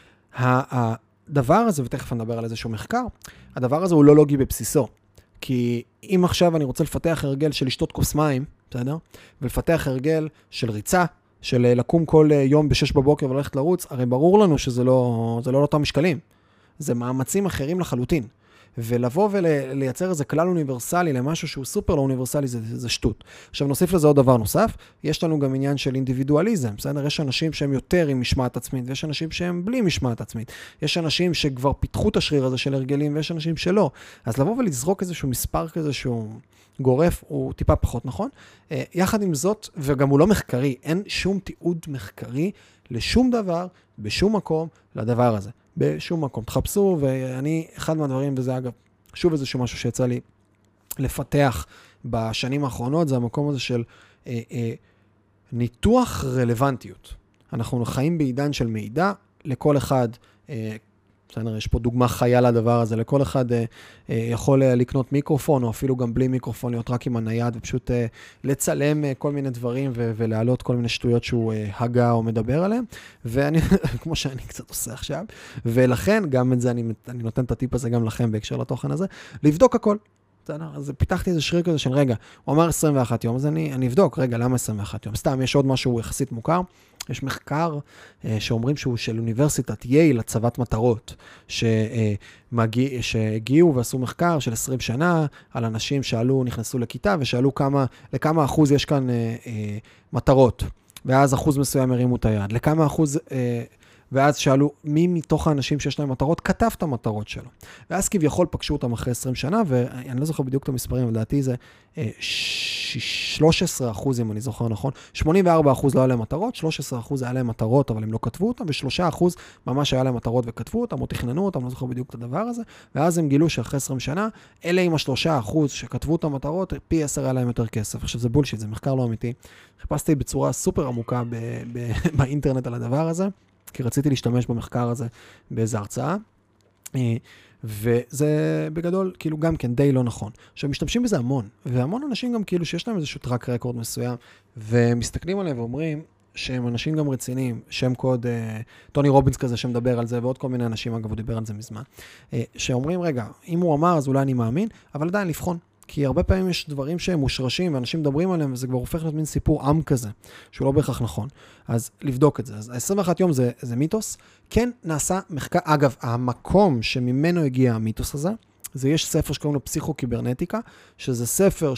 הדבר הזה, ותכף נדבר על איזשהו מחקר, הדבר הזה הוא לא לוגי בבסיסו, כי אם עכשיו אני רוצה לפתח הרגל של לשתות כוס מים, בסדר? ולפתח הרגל של ריצה, של לקום כל יום בשש בבוקר וללכת לרוץ, הרי ברור לנו שזה לא, זה לא אותם משקלים. זה מאמצים אחרים לחלוטין. ולבוא ולייצר איזה כלל אוניברסלי למשהו שהוא סופר לא אוניברסלי, זה, זה שטות. עכשיו נוסיף לזה עוד דבר נוסף, יש לנו גם עניין של אינדיבידואליזם, בסדר? יש אנשים שהם יותר עם משמעת עצמית, ויש אנשים שהם בלי משמעת עצמית. יש אנשים שכבר פיתחו את השריר הזה של הרגלים, ויש אנשים שלא. אז לבוא ולזרוק איזשהו מספר כזה שהוא גורף, הוא טיפה פחות נכון. יחד עם זאת, וגם הוא לא מחקרי, אין שום תיעוד מחקרי לשום דבר, בשום מקום, לדבר הזה. בשום מקום. תחפשו, ואני, אחד מהדברים, וזה אגב, שוב איזשהו משהו שיצא לי לפתח בשנים האחרונות, זה המקום הזה של אה, אה, ניתוח רלוונטיות. אנחנו חיים בעידן של מידע, לכל אחד, אה, בסדר, יש פה דוגמה חיה לדבר הזה, לכל אחד אה, אה, יכול אה, לקנות מיקרופון, או אפילו גם בלי מיקרופון, להיות רק עם הנייד, ופשוט אה, לצלם אה, כל מיני דברים, ו- ולהעלות כל מיני שטויות שהוא אה, הגה או מדבר עליהם, ואני, כמו שאני קצת עושה עכשיו, ולכן, גם את זה, אני, אני נותן את הטיפ הזה גם לכם, בהקשר לתוכן הזה, לבדוק הכל. אז פיתחתי איזה שריר כזה של רגע, הוא אמר עשרים ואחד יום, אז אני, אני אבדוק, רגע, למה עשרים ואחד יום? סתם, יש עוד משהו יחסית מוכר, יש מחקר אה, שאומרים שהוא של אוניברסיטת יייל, הצבת מטרות, שמגיע, שהגיעו ועשו מחקר של עשרים שנה, על אנשים שעלו, נכנסו לכיתה, ושאלו כמה, לכמה אחוז יש כאן אה, אה, מטרות, ואז אחוז מסוים הרימו את היד, לכמה אחוז... אה, ואז שאלו מי מתוך האנשים שיש להם מטרות, כתב את המטרות שלו. ואז כביכול פגשו אותם אחרי עשרים שנה, ואני לא זוכר בדיוק את המספרים, לדעתי זה שלושה עשר אחוז, אם אני זוכר נכון, שמונים וארבעה אחוז לא היה להם מטרות, שלושה עשר אחוז היה להם מטרות, אבל הם לא כתבו אותם, ו-שלושה אחוז ממש היה להם מטרות וכתבו אותם, או תכננו אותם, לא זוכר בדיוק את הדבר הזה, ואז הם גילו שאחרי עשרים שנה, אלה עם ה-שלושה אחוז שכתבו את המטרות, פי עשר היה להם יותר כסף. עכשיו זה בולשיט, זה מחקר לא אמיתי. חיפשתי בצורה סופר עמוקה ב- ב- באינטרנט על הדבר הזה, כי רציתי להשתמש במחקר הזה באיזו הרצאה, וזה בגדול כאילו גם כן די לא נכון. עכשיו משתמשים בזה המון, והמון אנשים גם כאילו שיש להם איזשהו טרק רקורד מסוים, ומסתכלים עליהם ואומרים שהם אנשים גם רציניים, שם קוד טוני רובינס כזה שמדבר על זה, ועוד כל מיני אנשים אגב הוא דיבר על זה מזמן, שאומרים רגע, אם הוא אמר אז אולי אני מאמין, אבל עדיין לבחון. כי הרבה פעמים יש דברים שהם מושרשים, ואנשים מדברים עליהם, וזה כבר הופך להיות מין סיפור עם כזה, שהוא לא בהכרח נכון. אז לבדוק את זה. אז עשרים ואחד יום זה, זה מיתוס. כן נעשה מחקר, אגב, המקום שממנו הגיע המיתוס הזה, זה יש ספר שקוראים לו פסיכוקיברנטיקה, שזה ספר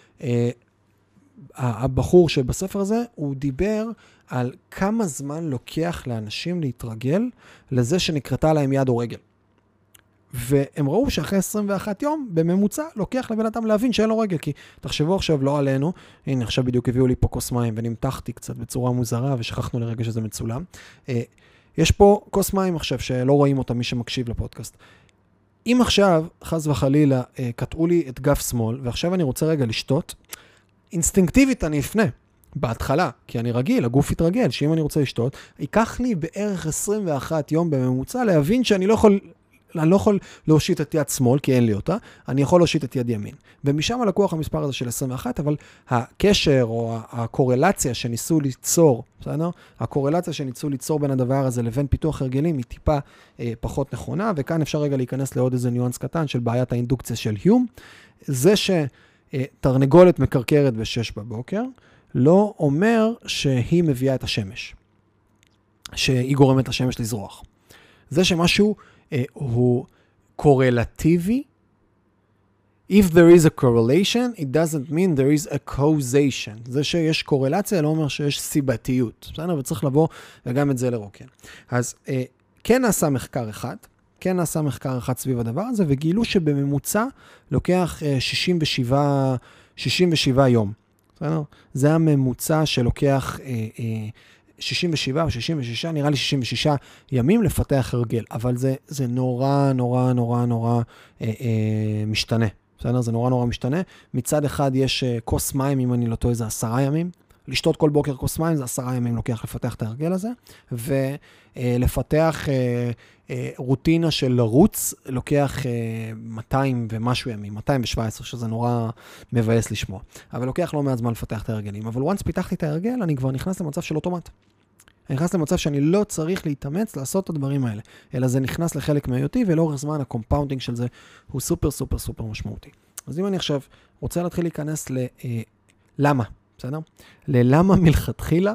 שהבחור שבספר הזה, הוא דיבר על כמה זמן לוקח לאנשים להתרגל לזה שנקרתה להם יד או רגל. והם ראו שאחרי עשרים ואחד יום, בממוצע, לוקח לבן אדם להבין שאין לו רגל, כי תחשבו עכשיו לא עלינו, הנה עכשיו בדיוק הביאו לי פה כוס מים, ונמתחתי קצת בצורה מוזרה, ושכחנו לרגע שזה מצולם. יש פה כוס מים עכשיו, שלא רואים אותה מי שמקשיב לפודקאסט. אם עכשיו, חס וחלילה, קטעו לי את גף שמאל, ועכשיו אני רוצה רגע לשתות, אינסטינקטיבית אני אפנה. בהתחלה, כי אני רגיל, הגוף יתרגל, שאם אני רוצה לשתות, ייקח לי בערך עשרים ואחד יום בממוצע להבין שאני לא יכול, אני לא יכול להושיט את יד שמאל, כי אין לי אותה, אני יכול להושיט את יד ימין. ומשם הלקוח המספר הזה של עשרים ואחת, אבל הקשר או הקורלציה שניסו ליצור, בסדר? הקורלציה שניסו ליצור בין הדבר הזה לבין פיתוח הרגלים היא טיפה אה, פחות נכונה, וכאן אפשר רגע להיכנס לעוד איזה ניואנס קטן של בעיית האינדוקציה של היום. זה שתרנגולת מקרקרת בשש בבוקר, לא אומר שהיא מביאה את השמש, שהיא גורמת לשמש לזרוח. זה שמשהו אה, הוא קורלטיבי, if there is a correlation, it doesn't mean there is a causation. זה שיש קורלציה לא אומר שיש סיבתיות. בסדר? וצריך לבוא וגם את זה לרוקן. אז אה, כן נעשה מחקר אחד, כן נעשה מחקר אחד סביב הדבר הזה, וגילו שבממוצע לוקח אה, שישים ושבעה יום. בסדר? זה הממוצע שלוקח אה, אה, שישים ושבע או שישים ושש, נראה לי שישים ושישה ימים לפתח הרגל, אבל זה, זה נורא, נורא, נורא, נורא אה, אה, משתנה. בסדר? זה נורא, נורא משתנה. מצד אחד יש אה, כוס מים, אם אני לא טועה, זה עשרה ימים. לשתות כל בוקר כוס מים, זה עשרה ימים לוקח לפתח את ההרגל הזה, ולפתח אה, אה, רוטינה של לרוץ, לוקח אה, מאתיים ומשהו ימים, מאתיים ושבע עשרה, שזה נורא מבאס לשמוע. אבל לוקח לא מעט זמן לפתח את ההרגלים. אבל once פיתחתי את ההרגל, אני כבר נכנס למצב של אוטומט. אני נכנס למצב שאני לא צריך להתאמץ לעשות את הדברים האלה, אלא זה נכנס לחלק מהיותי, ולאורך זמן הקומפאונדינג של זה הוא סופר סופר סופר משמעותי. אז אם אני עכשיו רוצה להתחיל להיכנס ל... אה, למה? בסדר? ללמה מלכתחילה,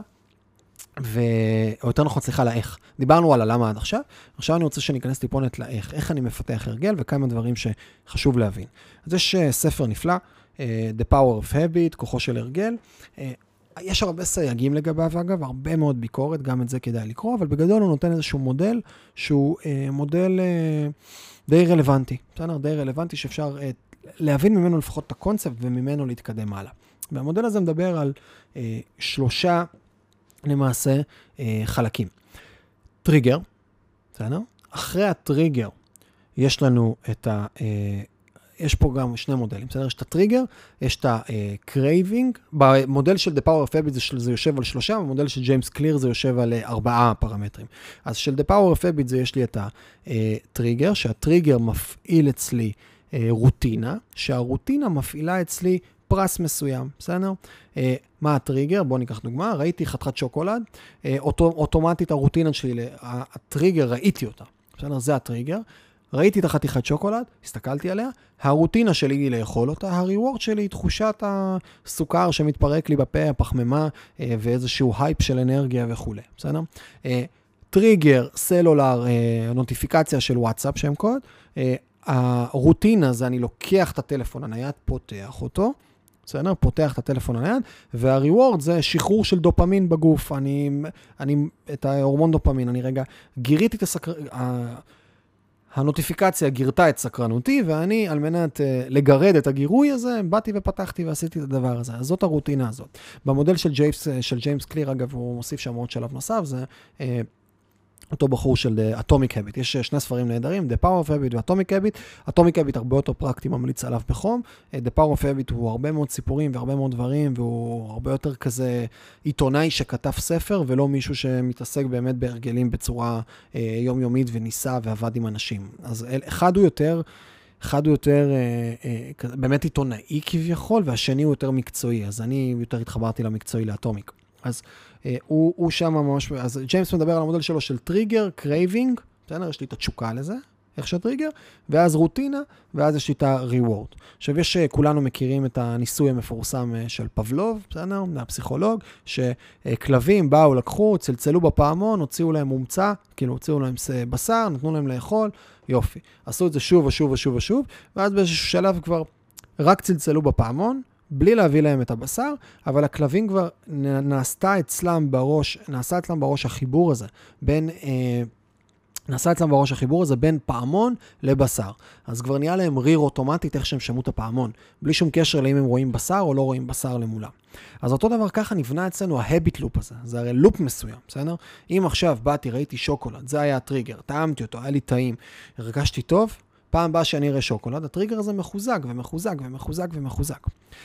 ו... או יותר נכון, סליחה, לאיך. דיברנו על הלמה עד עכשיו, עכשיו אני רוצה שניכנס טיפונת לאיך, איך אני מפתח הרגל, וכמה דברים שחשוב להבין. אז יש ספר נפלא, uh, The Power of Habit, כוחו של הרגל. Uh, יש הרבה סייגים לגביו, אגב, הרבה מאוד ביקורת, גם את זה כדאי לקרוא, אבל בגדול הוא נותן איזשהו מודל, שהוא uh, מודל uh, די רלוונטי, בסדר? די רלוונטי שאפשר uh, להבין ממנו לפחות את הקונספט, וממנו להתקדם הלאה. והמודל הזה מדבר על אה, שלושה, למעשה, אה, חלקים. טריגר, בסדר? אחרי הטריגר, יש לנו את ה... אה, יש פה גם שני מודלים, בסדר? יש את הטריגר, יש את ה-craving. במודל של The Power of Habit זה, זה יושב על שלושה, במודל של ג'יימס קליר זה יושב על ארבעה פרמטרים. אז של The Power of Habit זה יש לי את הטריגר, שהטריגר מפעיל אצלי אה, רוטינה, שהרוטינה מפעילה אצלי פרס מסוים, בסדר? אה, מה הטריגר? בואו ניקח דוגמה. ראיתי חתיכת שוקולד, אה, אוטו, אוטומטית הרוטינה שלי, הטריגר, ראיתי אותה. בסדר? זה הטריגר. ראיתי את החתיכת שוקולד, הסתכלתי עליה, הרוטינה שלי היא לאכול אותה, הריוורד שלי היא תחושת הסוכר שמתפרק לי בפה, הפחמימה, אה, ואיזשהו הייפ של אנרגיה וכו'. בסדר? אה, טריגר, סלולר, אה, נוטיפיקציה של וואטסאפ, שם קוד, אה, הרוטינה זה אני לוקח את הטלפון הנייד, פותח אותו, בסדר? פותח את הטלפון הנייד, והריוורד זה שחרור של דופמין בגוף. אני, אני, את ההורמון דופמין, אני רגע גיריתי את הסקר... הנוטיפיקציה גירתה את סקרנותי, ואני, על מנת uh, לגרד את הגירוי הזה, באתי ופתחתי ועשיתי את הדבר הזה. אז זאת הרוטינה הזאת. במודל של ג'יימס, של ג'יימס קליר, אגב, הוא מוסיף שם עוד שלב נוסף, זה... Uh, אותו בחור של Atomic Habit. יש שני ספרים נהדרים, The Power of Habit ו-Atomic Habit. Atomic Habit הרבה יותר פרקטי, ממליץ עליו בחום. The Power of Habit הוא הרבה מאוד סיפורים והרבה מאוד דברים, והוא הרבה יותר כזה עיתונאי שכתב ספר, ולא מישהו שמתעסק באמת בהרגלים בצורה אה, יומיומית וניסה ועבד עם אנשים. אז אחד הוא יותר... אחד הוא יותר אה, אה, באמת עיתונאי כביכול, והשני הוא יותר מקצועי. אז אני יותר התחברתי למקצועי, לאטומיק. אז אה, הוא, הוא שם ממש, אז ג'יימס מדבר על המודל שלו של טריגר, קרייבינג, בסדר, יש לי את התשוקה לזה, איך שהטריגר, ואז רוטינה, ואז יש את ה-reward. עכשיו, יש, כולנו מכירים את הניסוי המפורסם של פבלוב, בסדר? מהפסיכולוג, שכלבים באו, לקחו, צלצלו בפעמון, הוציאו להם מומצא, כאילו הוציאו להם בשר, נתנו להם לאכול, יופי. עשו את זה שוב ושוב ושוב ושוב, ואז באיזשהו שלב כבר רק צלצלו בפעמון, בלי להביא להם את הבשר, אבל הכלבים כבר נעשתה אצלם בראש, נעשה אצלם בראש החיבור הזה, בין, אה, נעשה אצלם בראש החיבור הזה בין פעמון לבשר. אז כבר נהיה להם ריר אוטומטית איך שהם שמעו את הפעמון, בלי שום קשר לאם הם רואים בשר או לא רואים בשר למולם. אז אותו דבר ככה נבנה אצלנו ההביט לופ הזה, זה הרי לופ מסוים, בסדר? אם עכשיו באתי, ראיתי שוקולד, זה היה הטריגר, טעמתי אותו, היה לי טעים, הרגשתי טוב, פעם באה שאני אראה שוקולד, הטריגר הזה מחוזק ומחוזק ומחוזק ומחוזק.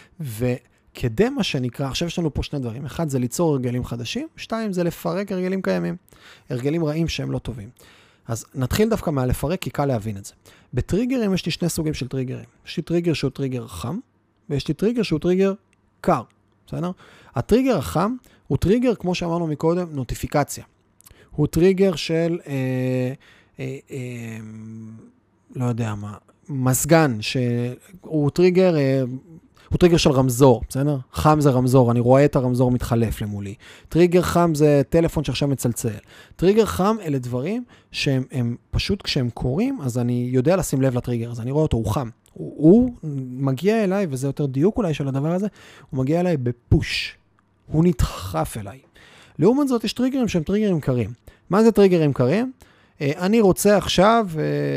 וכדי מה שנקרא, עכשיו יש לנו פה שני דברים. אחד זה ליצור הרגלים חדשים, שתיים זה לפרק הרגלים קיימים. הרגלים רעים שהם לא טובים. אז נתחיל דווקא מהלפרק, כי קל להבין את זה. בטריגרים יש לי שני סוגים של טריגרים. יש לי טריגר שהוא טריגר חם, ויש לי טריגר שהוא טריגר קר. בסדר? הטריגר החם הוא טריגר, כמו שאמרנו מקודם, נוטיפיקציה. הוא טריגר של... אה, אה, אה, לא יודע מה, מסגן, שהוא טריגר, הוא טריגר של רמזור, בסדר? חם זה רמזור, אני רואה את הרמזור מתחלף למולי. טריגר חם זה טלפון שעכשיו מצלצל. טריגר חם אלה דברים שהם הם פשוט כשהם קורים, אז אני יודע לשים לב לטריגר, אז אני רואה אותו, הוא חם. הוא, הוא מגיע אליי, וזה יותר דיוק אולי של הדבר הזה, הוא מגיע אליי בפוש. הוא נדחף אליי. לעומת זאת, יש טריגרים שהם טריגרים קרים. מה זה טריגרים קרים? אני רוצה עכשיו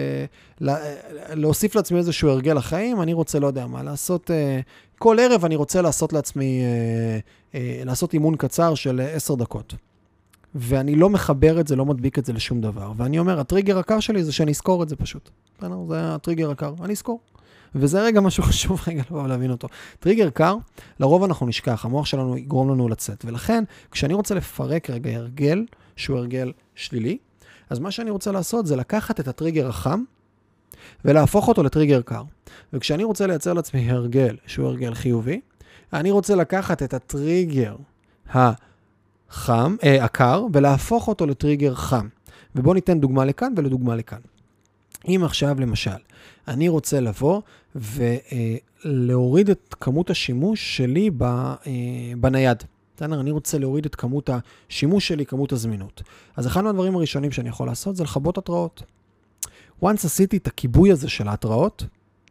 להוסיף לעצמי איזשהו הרגל לחיים, אני רוצה, לא יודע מה, לעשות, כל ערב אני רוצה לעשות לעצמי, לעשות אימון קצר של עשר דקות. ואני לא מחבר את זה, לא מדביק את זה לשום דבר. ואני אומר, הטריגר הקר שלי זה שאני אזכור את זה פשוט. זה הטריגר הקר, אני אזכור. וזה רגע משהו חשוב רגע לבוא להבין אותו. טריגר קר, לרוב אנחנו נשכח, המוח שלנו יגרום לנו לצאת. ולכן, כשאני רוצה לפרק רגע הרגל, שהוא הרגל שלילי, אז מה שאני רוצה לעשות זה לקחת את הטריגר החם, ולהפוך אותו לטריגר קר. וכשאני רוצה לייצר לעצמי הרגל, שהוא הרגל חיובי, אני רוצה לקחת את הטריגר החם, אה, הקר, ולהפוך אותו לטריגר חם. ובואו ניתן דוגמה לכאן ולדוגמה לכאן. אם עכשיו למשל, אני רוצה לבוא ולהוריד את כמות השימוש שלי בנייד. אני רוצה להוריד את כמות השימוש שלי, כמות הזמינות. אז אחד מהדברים הראשונים שאני יכול לעשות זה לחבות התראות. once עשיתי את הכיבוי הזה של ההתראות,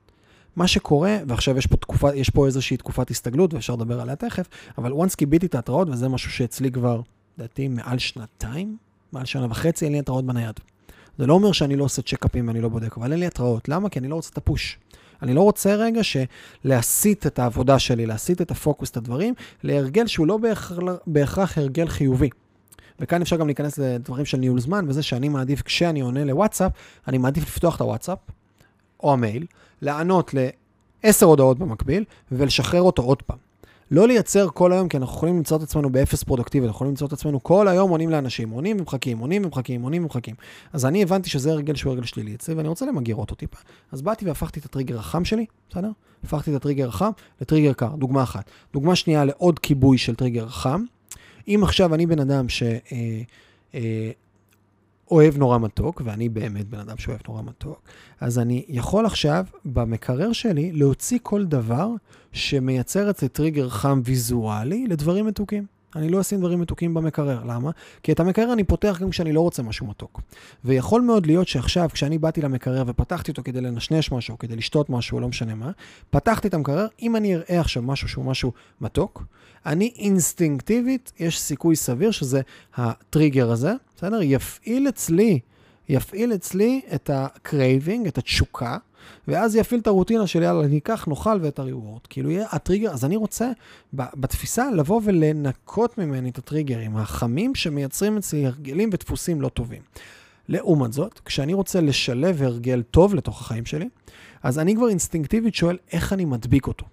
מה שקורה, ועכשיו יש פה, תקופה, יש פה איזושהי תקופת הסתגלות, ואפשר לדבר עליה תכף, אבל once קיביתי את ההתראות, וזה משהו שאצלי כבר, דעתי, מעל שנתיים, מעל שנה וחצי, אין לי התראות בנייד. זה לא אומר שאני לא עושה צ'קאפים ואני לא בודק, אבל אין לי התראות. למה? כי אני לא רוצה את הפוש. אני לא רוצה רגע שלהסיט את העבודה שלי, להסיט את הפוקוס, את הדברים, להרגל שהוא לא בהכרח, בהכרח הרגל חיובי. וכאן אפשר גם להיכנס לדברים של ניהול זמן, וזה שאני מעדיף, כשאני עונה לוואטסאפ, אני מעדיף לפתוח את הוואטסאפ, או המייל, לענות לעשר הודעות במקביל, ולשחרר אותו עוד פעם. לא לייצר כל היום, כי אנחנו יכולים למצוא את עצמנו באפס פרודקטיבי, אנחנו יכולים למצוא את עצמנו כל היום עונים לאנשים, עונים ומחכים, עונים ומחכים, עונים ומחכים. אז אני הבנתי שזה הרגל שהוא הרגל שלילי אצלי, ואני רוצה למגר אותו טיפה. אז באתי והפכתי את הטריגר החם שלי, בסדר? הפכתי את הטריגר החם לטריגר קר, דוגמה אחת. דוגמה שנייה לעוד כיבוי של טריגר חם. אם עכשיו אני בן אדם ש... אה, אה, אוהב נורא מתוק, ואני באמת בן אדם שאוהב נורא מתוק, אז אני יכול עכשיו במקרר שלי להוציא כל דבר שמייצר את טריגר חם ויזואלי לדברים מתוקים. אני לא אשים דברים מתוקים במקרר. למה? כי את המקרר אני פותח גם כשאני לא רוצה משהו מתוק. ויכול מאוד להיות שעכשיו, כשאני באתי למקרר ופתחתי אותו כדי לנשנש משהו, כדי לשתות משהו, לא משנה מה, פתחתי את המקרר, אם אני אראה עכשיו משהו שהוא משהו מתוק, אני אינסטינקטיבית, יש סיכוי סביר שזה הטריגר הזה, בסדר? יפעיל אצלי, יפעיל אצלי את הקרייבינג, את התשוקה, ואז יפעיל את הרוטינה שלי, יאללה, ניקח, נאכל ואת הריוורד. כאילו יהיה הטריגר, אז אני רוצה בתפיסה לבוא ולנקות ממני את הטריגרים, החמים שמייצרים אצלי הרגלים ודפוסים לא טובים. לעומת זאת, כשאני רוצה לשלב הרגל טוב לתוך החיים שלי, אז אני כבר אינסטינקטיבית שואל איך אני מדביק אותו.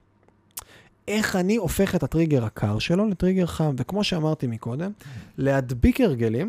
איך אני הופך את הטריגר הקר שלו לטריגר חם, וכמו שאמרתי מקודם, להדביק הרגלים,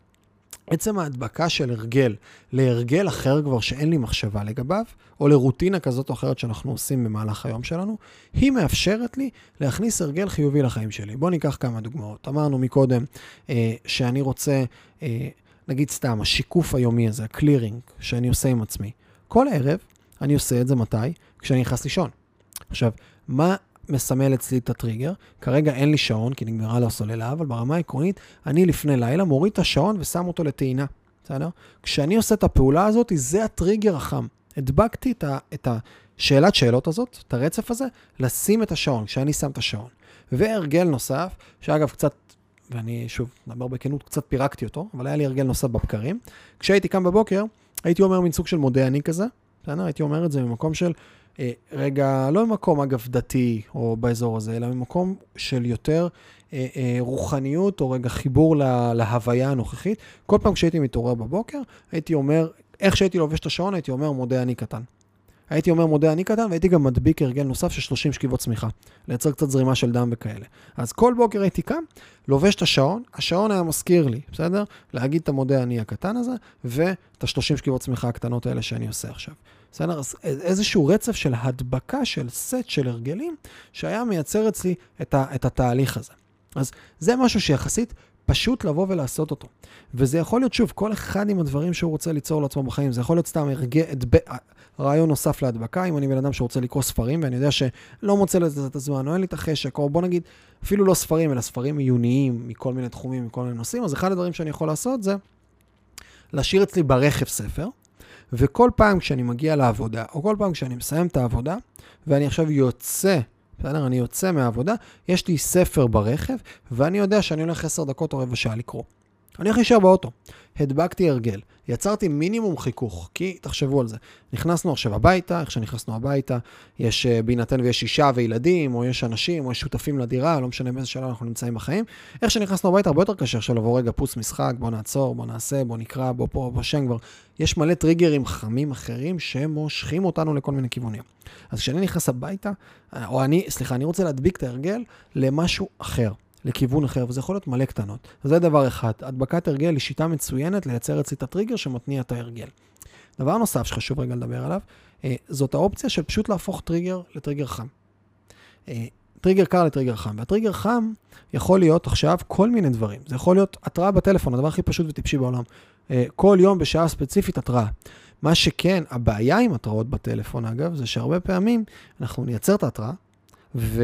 עצם ההדבקה של הרגל להרגל אחר כבר שאין לי מחשבה לגביו, או לרוטינה כזאת או אחרת שאנחנו עושים במהלך היום שלנו, היא מאפשרת לי להכניס הרגל חיובי לחיים שלי. בואו ניקח כמה דוגמאות. אמרנו מקודם אה, שאני רוצה אה, נגיד סתם, השיקוף היומי הזה, הקלירינג שאני עושה עם עצמי, כל ערב אני עושה את זה מתי? כשאני נכנס לישון. עכשיו, מה מסמל אצלי את הטריגר? כרגע אין לי שעון, כי נגמרה לו הסוללה, אבל ברמה העקרונית, אני לפני לילה מוריד את השעון ושם אותו לטעינה. בסדר? כשאני עושה את הפעולה הזאת, זה הטריגר החם. הדבקתי את, ה, את השאלת שאלות הזאת, את הרצף הזה, לשים את השעון, כשאני שם את השעון. והרגל נוסף, שאגב קצת, ואני שוב, נדבר בכנות, קצת פירקתי אותו, אבל היה לי הרגל נוסף בבקרים. כשהייתי קם בבוקר, הייתי אומר מין סוג של מודה אני כזה, בסדר? הייתי אומר את זה ממקום של, אה, רגע, לא ממקום אגב דתי או באזור הזה, אלא ממקום של יותר אה, אה, רוחניות או רגע חיבור לה, להוויה הנוכחית. כל פעם כשהייתי מתעורר בבוקר, הייתי אומר, איך שהייתי לובש את השעון, הייתי אומר מודה אני קטן. הייתי אומר מודה אני קטן, והייתי גם מדביק הרגל נוסף של שלושים שכיבות צמיחה, לייצר קצת זרימה של דם וכאלה. אז כל בוקר הייתי קם, לובש את השעון, השעון היה מזכיר לי, בסדר? להגיד את המודה אני הקטן הזה, ואת ה-שלושים שכיבות צמיחה הקטנות האלה שאני עושה עכשיו. בסדר? אז איזשהו רצף של הדבקה של סט של הרגלים, שהיה מייצר אצלי את, ה- את התהליך הזה. אז זה משהו שיחסית פשוט לבוא ולעשות אותו. וזה יכול להיות, שוב, כל אחד עם הדברים שהוא רוצה ליצור לעצמו בחיים, זה יכול להיות סתם הרגל, רעיון נוסף להדבקה, אם אני בן אדם שרוצה לקרוא ספרים, ואני יודע שלא מוצא לזה את הזמן, או אין לי את החשק, או בוא נגיד, אפילו לא ספרים, אלא ספרים עיוניים, מכל מיני תחומים, מכל מיני נושאים, אז אחד הדברים שאני יכול לעשות זה, להשאיר אצלי ברכב ספר, וכל פעם כשאני מגיע לעבודה, או כל פעם כשאני מסיים את העבודה, ואני עכשיו יוצא, בסדר, אני יוצא מהעבודה, יש לי ספר ברכב, ואני יודע שאני הולך עשר דקות או רבע שעה לקרוא. אני הולך להישאר באוטו. הדבקתי הרגל. יצרתי מינימום חיכוך, כי תחשבו על זה. נכנסנו עכשיו הביתה, איך שנכנסנו הביתה, יש בהינתן ויש אישה וילדים, או יש אנשים, או יש שותפים לדירה, לא משנה באיזה שלב אנחנו נמצאים בחיים. איך שנכנסנו הביתה, הרבה יותר קשה עכשיו לבוא רגע פוס משחק, בוא נעצור, בוא נעשה, בוא נקרא, בוא פה, בוא שם כבר. יש מלא טריגרים חמים אחרים שמושכים אותנו לכל מיני כיוונים. אז כשאני נכנס הביתה, או אני, סליחה, אני רוצה להדביק את ההרגל למשהו אחר. לכיוון אחר, וזה יכול להיות מלא קטנות. זה דבר אחד. הדבקת הרגל היא שיטה מצוינת לייצר אצלי את הטריגר שמתניע את ההרגל. דבר נוסף שחשוב רגע לדבר עליו, זאת האופציה של פשוט להפוך טריגר לטריגר חם. טריגר קר לטריגר חם. והטריגר חם יכול להיות עכשיו כל מיני דברים. זה יכול להיות התראה בטלפון, הדבר הכי פשוט וטיפשי בעולם. כל יום בשעה ספציפית התראה. מה שכן, הבעיה עם התראות בטלפון, אגב, זה שהרבה פעמים אנחנו נייצר את ההתראה, ו...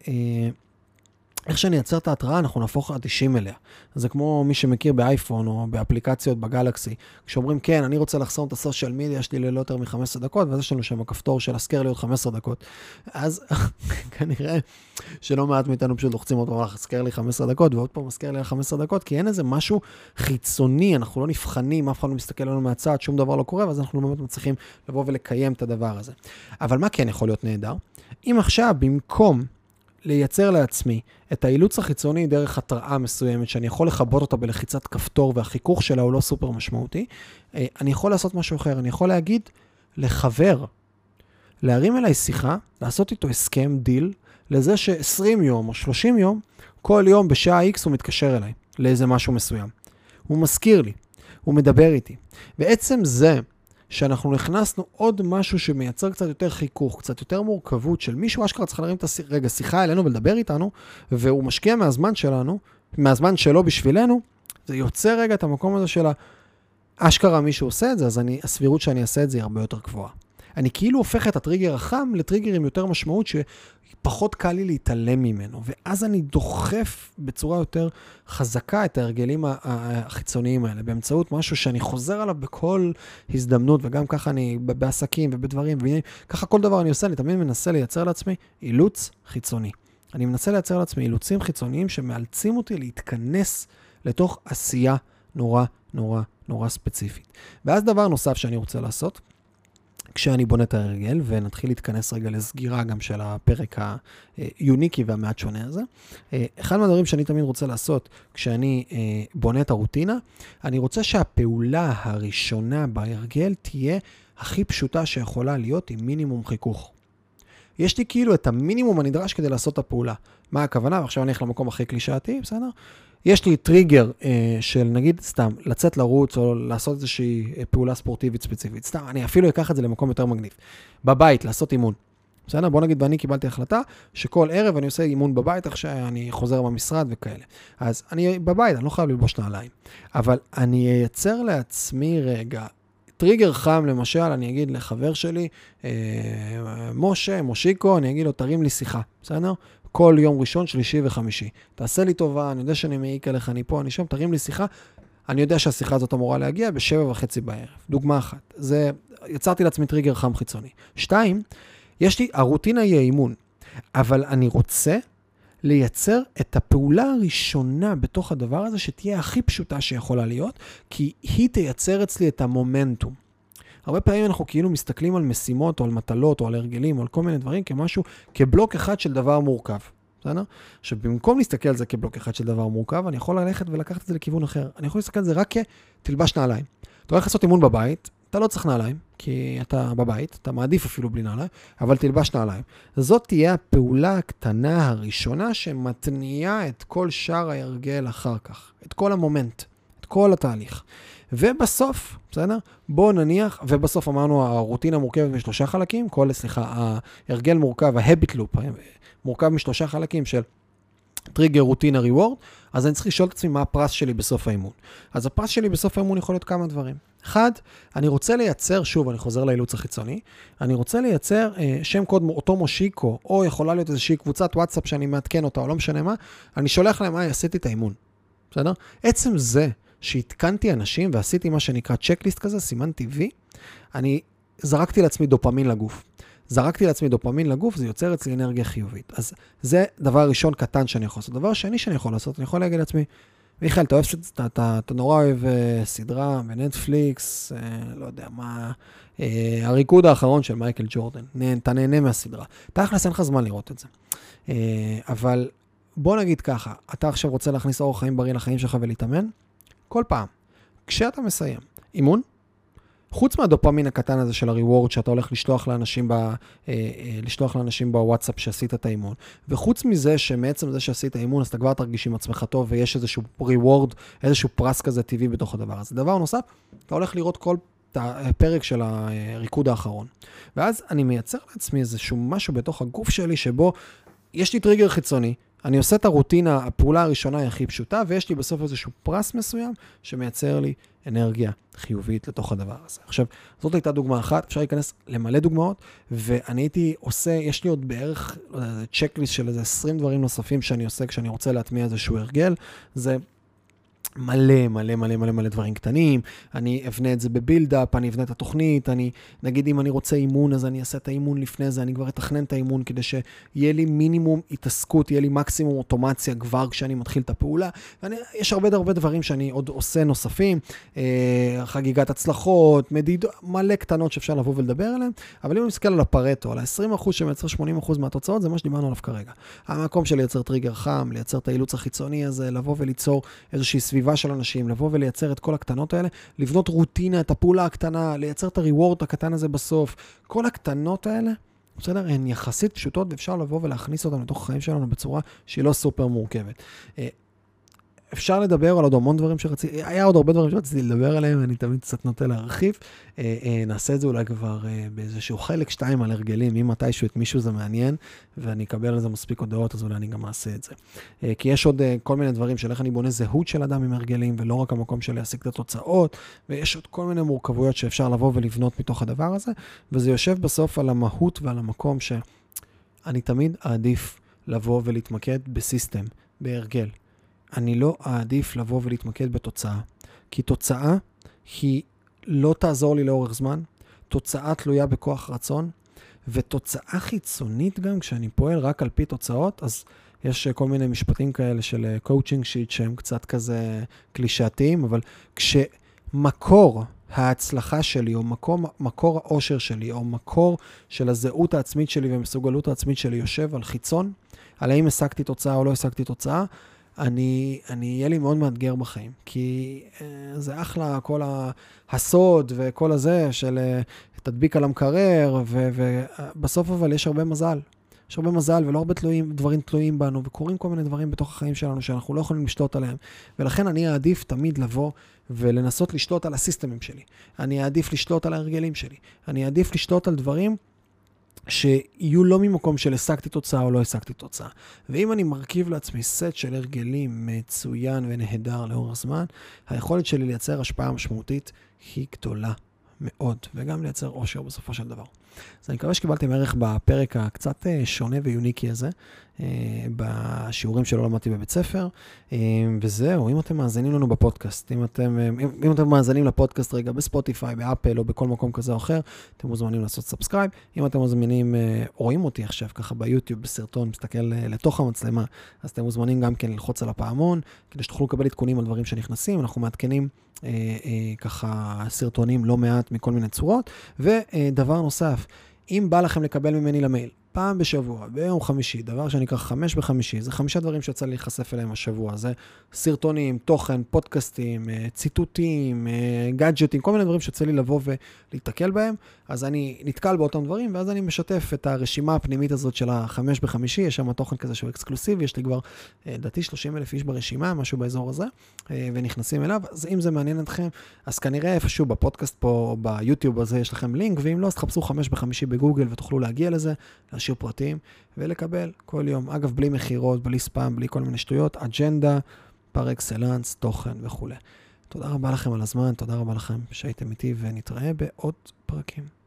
איך שאני אייצר את ההתראה, אנחנו נהפוך אדישים אליה. זה כמו מי שמכיר באייפון או באפליקציות בגלקסי, כשאומרים, כן, אני רוצה לחסום את הסושיאל מדיה, יש לי ללא יותר מ-חמש עשרה דקות, ואז יש לנו שם הכפתור של להזכיר לי עוד חמש עשרה דקות. אז כנראה שלא מעט מאיתנו פשוט לוחצים אותו, אבל להזכיר לי חמש עשרה דקות, ועוד פעם מזכיר לי חמש עשרה דקות, כי אין איזה משהו חיצוני, אנחנו לא נבחנים, אף אחד לא מסתכל לנו מהצד, שום דבר לא קורה, ואז אנחנו באמת מצליחים לבוא ולקיים את הדבר הזה. אבל מה כן יכול להיות נהדר? אם עכשיו, במקום לייצר לעצמי את האילוץ החיצוני דרך התראה מסוימת, שאני יכול לחבות אותה בלחיצת כפתור, והחיכוך שלה הוא לא סופר משמעותי, אני יכול לעשות משהו אחר. אני יכול להגיד לחבר, להרים אליי שיחה, לעשות איתו הסכם, דיל, לזה ש-עשרים יום או שלושים יום, כל יום בשעה X הוא מתקשר אליי, לאיזה משהו מסוים. הוא מזכיר לי, הוא מדבר איתי. ועצם זה, שאנחנו נכנסנו עוד משהו שמייצר קצת יותר חיכוך, קצת יותר מורכבות של מישהו אשכרה צריך להרים את הרגע שיחה אלינו ולדבר איתנו, והוא משקיע מהזמן שלנו, מהזמן שלו בשבילנו, זה יוצר רגע את המקום הזה של אשכרה מישהו עושה את זה, אז אני, הסבירות שאני אעשה את זה היא הרבה יותר גבוהה. אני כאילו הופך את הטריגר החם לטריגר עם יותר משמעות שפחות קל לי להתעלם ממנו, ואז אני דוחף בצורה יותר חזקה את ההרגלים החיצוניים האלה, באמצעות משהו שאני חוזר עליו בכל הזדמנות, וגם ככה אני בעסקים ובדברים, וככה כל דבר אני עושה, אני תמיד מנסה לייצר לעצמי אילוץ חיצוני. אני מנסה לייצר לעצמי אילוצים חיצוניים שמאלצים אותי להתכנס לתוך עשייה נורא נורא נורא ספציפית. ואז דבר נוסף שאני רוצה לעשות, כשאני בונה את ההרגל, ונתחיל להתכנס רגע לסגירה גם של הפרק היוניקי והמעט שונה הזה. אחד מהדברים שאני תמיד רוצה לעשות, כשאני בונה את הרוטינה, אני רוצה שהפעולה הראשונה בהרגל תהיה הכי פשוטה שיכולה להיות עם מינימום חיכוך. יש לי כאילו את המינימום הנדרש כדי לעשות את הפעולה. מה הכוונה? ועכשיו אני הולך למקום הכי קלישאתי, בסדר? יש לי טריגר אה, של נגיד סתם לצאת לרוץ או לעשות איזושהי פעולה ספורטיבית ספציפית. סתם, אני אפילו אקח את זה למקום יותר מגניב. בבית, לעשות אימון. בסדר? בוא נגיד, ואני קיבלתי החלטה שכל ערב אני עושה אימון בבית, איך שאני חוזר במשרד וכאלה. אז אני בבית, אני לא חייב ללבוש נעליים. אבל אני אייצר לעצמי רגע, טריגר חם למשל, אני אגיד לחבר שלי, אה, משה, מושיקו, אני אגיד לו, תרים לי שיחה, בסדר? כל יום ראשון, שלישי וחמישי. תעשה לי טובה, אני יודע שאני מעיק עליך, אני פה, אני שם, תרים לי שיחה. אני יודע שהשיחה הזאת אמורה להגיע בשבע וחצי בערב. דוגמה אחת. זה, יצרתי לעצמי טריגר חם חיצוני. שתיים, יש לי, הרוטינה יהיה אימון, אבל אני רוצה לייצר את הפעולה הראשונה בתוך הדבר הזה, שתהיה הכי פשוטה שיכולה להיות, כי היא תייצר אצלי את המומנטום. הרבה פעמים אנחנו כאילו מסתכלים על משימות, או על מטלות, או על הרגלים, או על כל מיני דברים, כמשהו, כבלוק אחד של דבר מורכב. בסדר? שבמקום להסתכל על זה כבלוק אחד של דבר מורכב, אני יכול ללכת ולקחת את זה לכיוון אחר. אני יכול להסתכל על זה רק כתלבש נעליים. אתה הולך לעשות אימון בבית, אתה לא צריך נעליים, כי אתה בבית, אתה מעדיף אפילו בלי נעליים, אבל תלבש נעליים. זאת תהיה הפעולה הקטנה הראשונה שמתניעה את כל שאר ההרגל אחר כך, את כל המומנט, את כל התהליך. ובסוף, בסדר? בוא נניח, ובסוף אמרנו, הרוטינה מורכבת משלושה חלקים, כל, סליחה, ההרגל מורכב, ה-habit loop, מורכב משלושה חלקים של טריגר, רוטינה, ריוורד, אז אני צריך לשאול את עצמי מה הפרס שלי בסוף האימון. אז הפרס שלי בסוף האימון יכול להיות כמה דברים. אחד, אני רוצה לייצר, שוב, אני חוזר לאילוץ החיצוני, אני רוצה לייצר אה, שם קוד אותו מושיקו, או יכולה להיות איזושהי קבוצת וואטסאפ שאני מעדכן אותה, או לא משנה מה, אני שולח להם, אה, עשיתי את האימון. בסדר? עצם זה שהתקנתי אנשים ועשיתי מה שנקרא צ'קליסט כזה, סימן טבעי, אני זרקתי לעצמי דופמין לגוף. זרקתי לעצמי דופמין לגוף, זה יוצר אצלי אנרגיה חיובית. אז זה דבר ראשון קטן שאני יכול לעשות. דבר שני שאני יכול לעשות, אני יכול להגיד לעצמי, מיכאל, אתה אוהב, אתה, אתה, אתה נורא אוהב סדרה בנטפליקס, לא יודע מה, הריקוד האחרון של מייקל ג'ורדן, אתה נהנה מהסדרה. תכלס אין לך זמן לראות את זה. אבל בוא נגיד ככה, אתה עכשיו רוצה להכניס אורח חיים בריא לחיים שלך ולהתאמן, כל פעם, כשאתה מסיים אימון, חוץ מהדופמין הקטן הזה של הריוורד שאתה הולך לשלוח לאנשים, ב, אה, אה, לשלוח לאנשים בוואטסאפ שעשית את האימון, וחוץ מזה שמעצם זה שעשית האימון, אז אתה כבר תרגיש עם עצמך טוב, ויש איזשהו ריוורד, איזשהו פרס כזה טבעי בתוך הדבר הזה. דבר נוסף, אתה הולך לראות כל פרק של הריקוד האחרון. ואז אני מייצר לעצמי איזשהו משהו בתוך הגוף שלי, שבו יש לי טריגר חיצוני, אני עושה את הרוטינה, הפעולה הראשונה היא הכי פשוטה, ויש לי בסוף איזשהו פרס מסוים, שמייצר לי אנרגיה חיובית לתוך הדבר הזה. עכשיו, זאת הייתה דוגמה אחת, אפשר להיכנס למלא דוגמאות, ואני הייתי עושה, יש לי עוד בערך, לא יודע, זה צ'קליסט של איזה עשרים דברים נוספים שאני עושה, כשאני רוצה להטמיע איזשהו הרגל, זה מלא, מלא, מלא, מלא, מלא דברים קטנים, אני אבנה את זה בבילדאפ, אני אבנה את התוכנית, אני, נגיד אם אני רוצה אימון, אז אני אעשה את האימון לפני זה, אני כבר אתכנן את האימון, כדי שיהיה לי מינימום התעסקות, יהיה לי מקסימום אוטומציה כבר כשאני מתחיל את הפעולה, ויש הרבה הרבה דברים שאני עוד עושה נוספים, חגיגת הצלחות, מדידות, מלא קטנות שאפשר לבוא ולדבר עליהן, אבל אם אני מסתכל על הפרטו, על ה-עשרים אחוז שמייצר שמונים אחוז מהתוצאות, זה מה שדיברנו עליו כרגע. המקום של לייצר טריגר חם, לייצר את האילוץ החיצוני הזה, לבוא וליצור איזושהי סביבה של אנשים, לבוא ולייצר את כל הקטנות האלה, לבנות רוטינה, את הפעולה הקטנה, לייצר את הריוורד הקטן הזה בסוף. כל הקטנות האלה, בסדר, הן יחסית פשוטות, ואפשר לבוא ולהכניס אותן לתוך החיים שלנו בצורה שהיא לא סופר מורכבת. אפשר לדבר על עוד המון דברים שרציתי, היה עוד הרבה דברים שרציתי לדבר עליהם, אני תמיד קצת נוטה להרחיב. נעשה את זה אולי כבר באיזשהו חלק שתיים על הרגלים, אם מתישהו את מישהו זה מעניין, ואני אקבל על זה מספיק הודעות, אז אולי אני גם אעשה את זה. כי יש עוד כל מיני דברים של איך אני בונה זהות של אדם עם הרגלים, ולא רק המקום של להשיג את התוצאות, ויש עוד כל מיני מורכבויות שאפשר לבוא ולבנות מתוך הדבר הזה, וזה יושב בסוף על המהות ועל המקום שאני תמיד אעדיף לבוא ולהתמקד בסיסטם, בהרגל. אני לא אעדיף לבוא ולהתמקד בתוצאה, כי תוצאה היא לא תעזור לי לאורך זמן, תוצאה תלויה בכוח רצון, ותוצאה חיצונית גם, כשאני פועל רק על פי תוצאות, אז יש כל מיני משפטים כאלה של coaching sheet שהם קצת כזה קלישאתיים, אבל כשמקור ההצלחה שלי, או מקור, מקור האושר שלי, או מקור של הזהות העצמית שלי והמסוגלות העצמית שלי יושב על חיצון, על האם השגתי תוצאה או לא השגתי תוצאה, אני, אני יהיה לי מאוד מאתגר בחיים, כי אה, זה אחלה, כל הסוד וכל הזה של אה, תדביק על המקרר, ובסוף אבל יש הרבה מזל. יש הרבה מזל ולא הרבה תלויים, דברים תלויים בנו, וקורים כל מיני דברים בתוך החיים שלנו שאנחנו לא יכולים לשלוט עליהם. ולכן אני אעדיף תמיד לבוא ולנסות לשלוט על הסיסטמים שלי. אני אעדיף לשלוט על ההרגלים שלי. אני אעדיף לשלוט על דברים שיהיו לא ממקום של השגתי תוצאה או לא השגתי תוצאה. ואם אני מרכיב לעצמי סט של הרגלים מצוין ונהדר לאור הזמן, היכולת שלי לייצר השפעה משמעותית היא גדולה מאוד, וגם לייצר אושר בסופו של דבר. אז אני מקווה שקיבלתם ערך בפרק הקצת שונה ויוניקי הזה, בשיעורים שלא למדתי בבית ספר, וזהו, אם אתם מאזינים לנו בפודקאסט, אם אתם, אם, אם אתם מאזינים לפודקאסט רגע בספוטיפיי, באפל או בכל מקום כזה או אחר, אתם מוזמנים לעשות סאבסקרייב. אם אתם מוזמנים, רואים אותי עכשיו ככה ביוטיוב בסרטון, מסתכל לתוך המצלמה, אז אתם מוזמנים גם כן ללחוץ על הפעמון, כדי שתוכלו לקבל עדכונים על דברים שנכנסים. אנחנו מעדכנים אה, אה, ככה סרטונים לא מעט מכל מיני צורות. ודבר נוסף, אם בא לכם לקבל ממני למייל, פעם בשבוע, ביום חמישי, דבר שנקרא חמש בחמישי, זה חמישה דברים שיצא לי להיחשף אליהם השבוע, זה סרטונים, תוכן, פודקאסטים, ציטוטים, גאדג'טים, כל מיני דברים שיצא לי לבוא ולהתקל בהם, אז אני נתקל באותם דברים, ואז אני משתף את הרשימה הפנימית הזאת של החמש בחמישי, יש שם תוכן כזה שהוא אקסקלוסיבי, יש לי כבר, דעתי, שלושים אלף איש ברשימה, משהו באזור הזה, ונכנסים אליו, אז אם זה מעניין אתכם, אז כנראה איפשהו בפודקאסט פה, או ביוטיוב הזה, יש לכם לינק, ואם לא, אז תחפשו חמש בחמישי בגוגל, ותוכלו להגיע לזה, להשאיר פרטים, ולקבל כל יום. אגב, בלי מחירות, בלי ספאם, בלי כל מיני שטויות, אג'נדה, פר אקסלנס, תוכן וכו'. תודה רבה לכם על הזמן, תודה רבה לכם שהייתם איתי, ונתראה בעוד פרקים.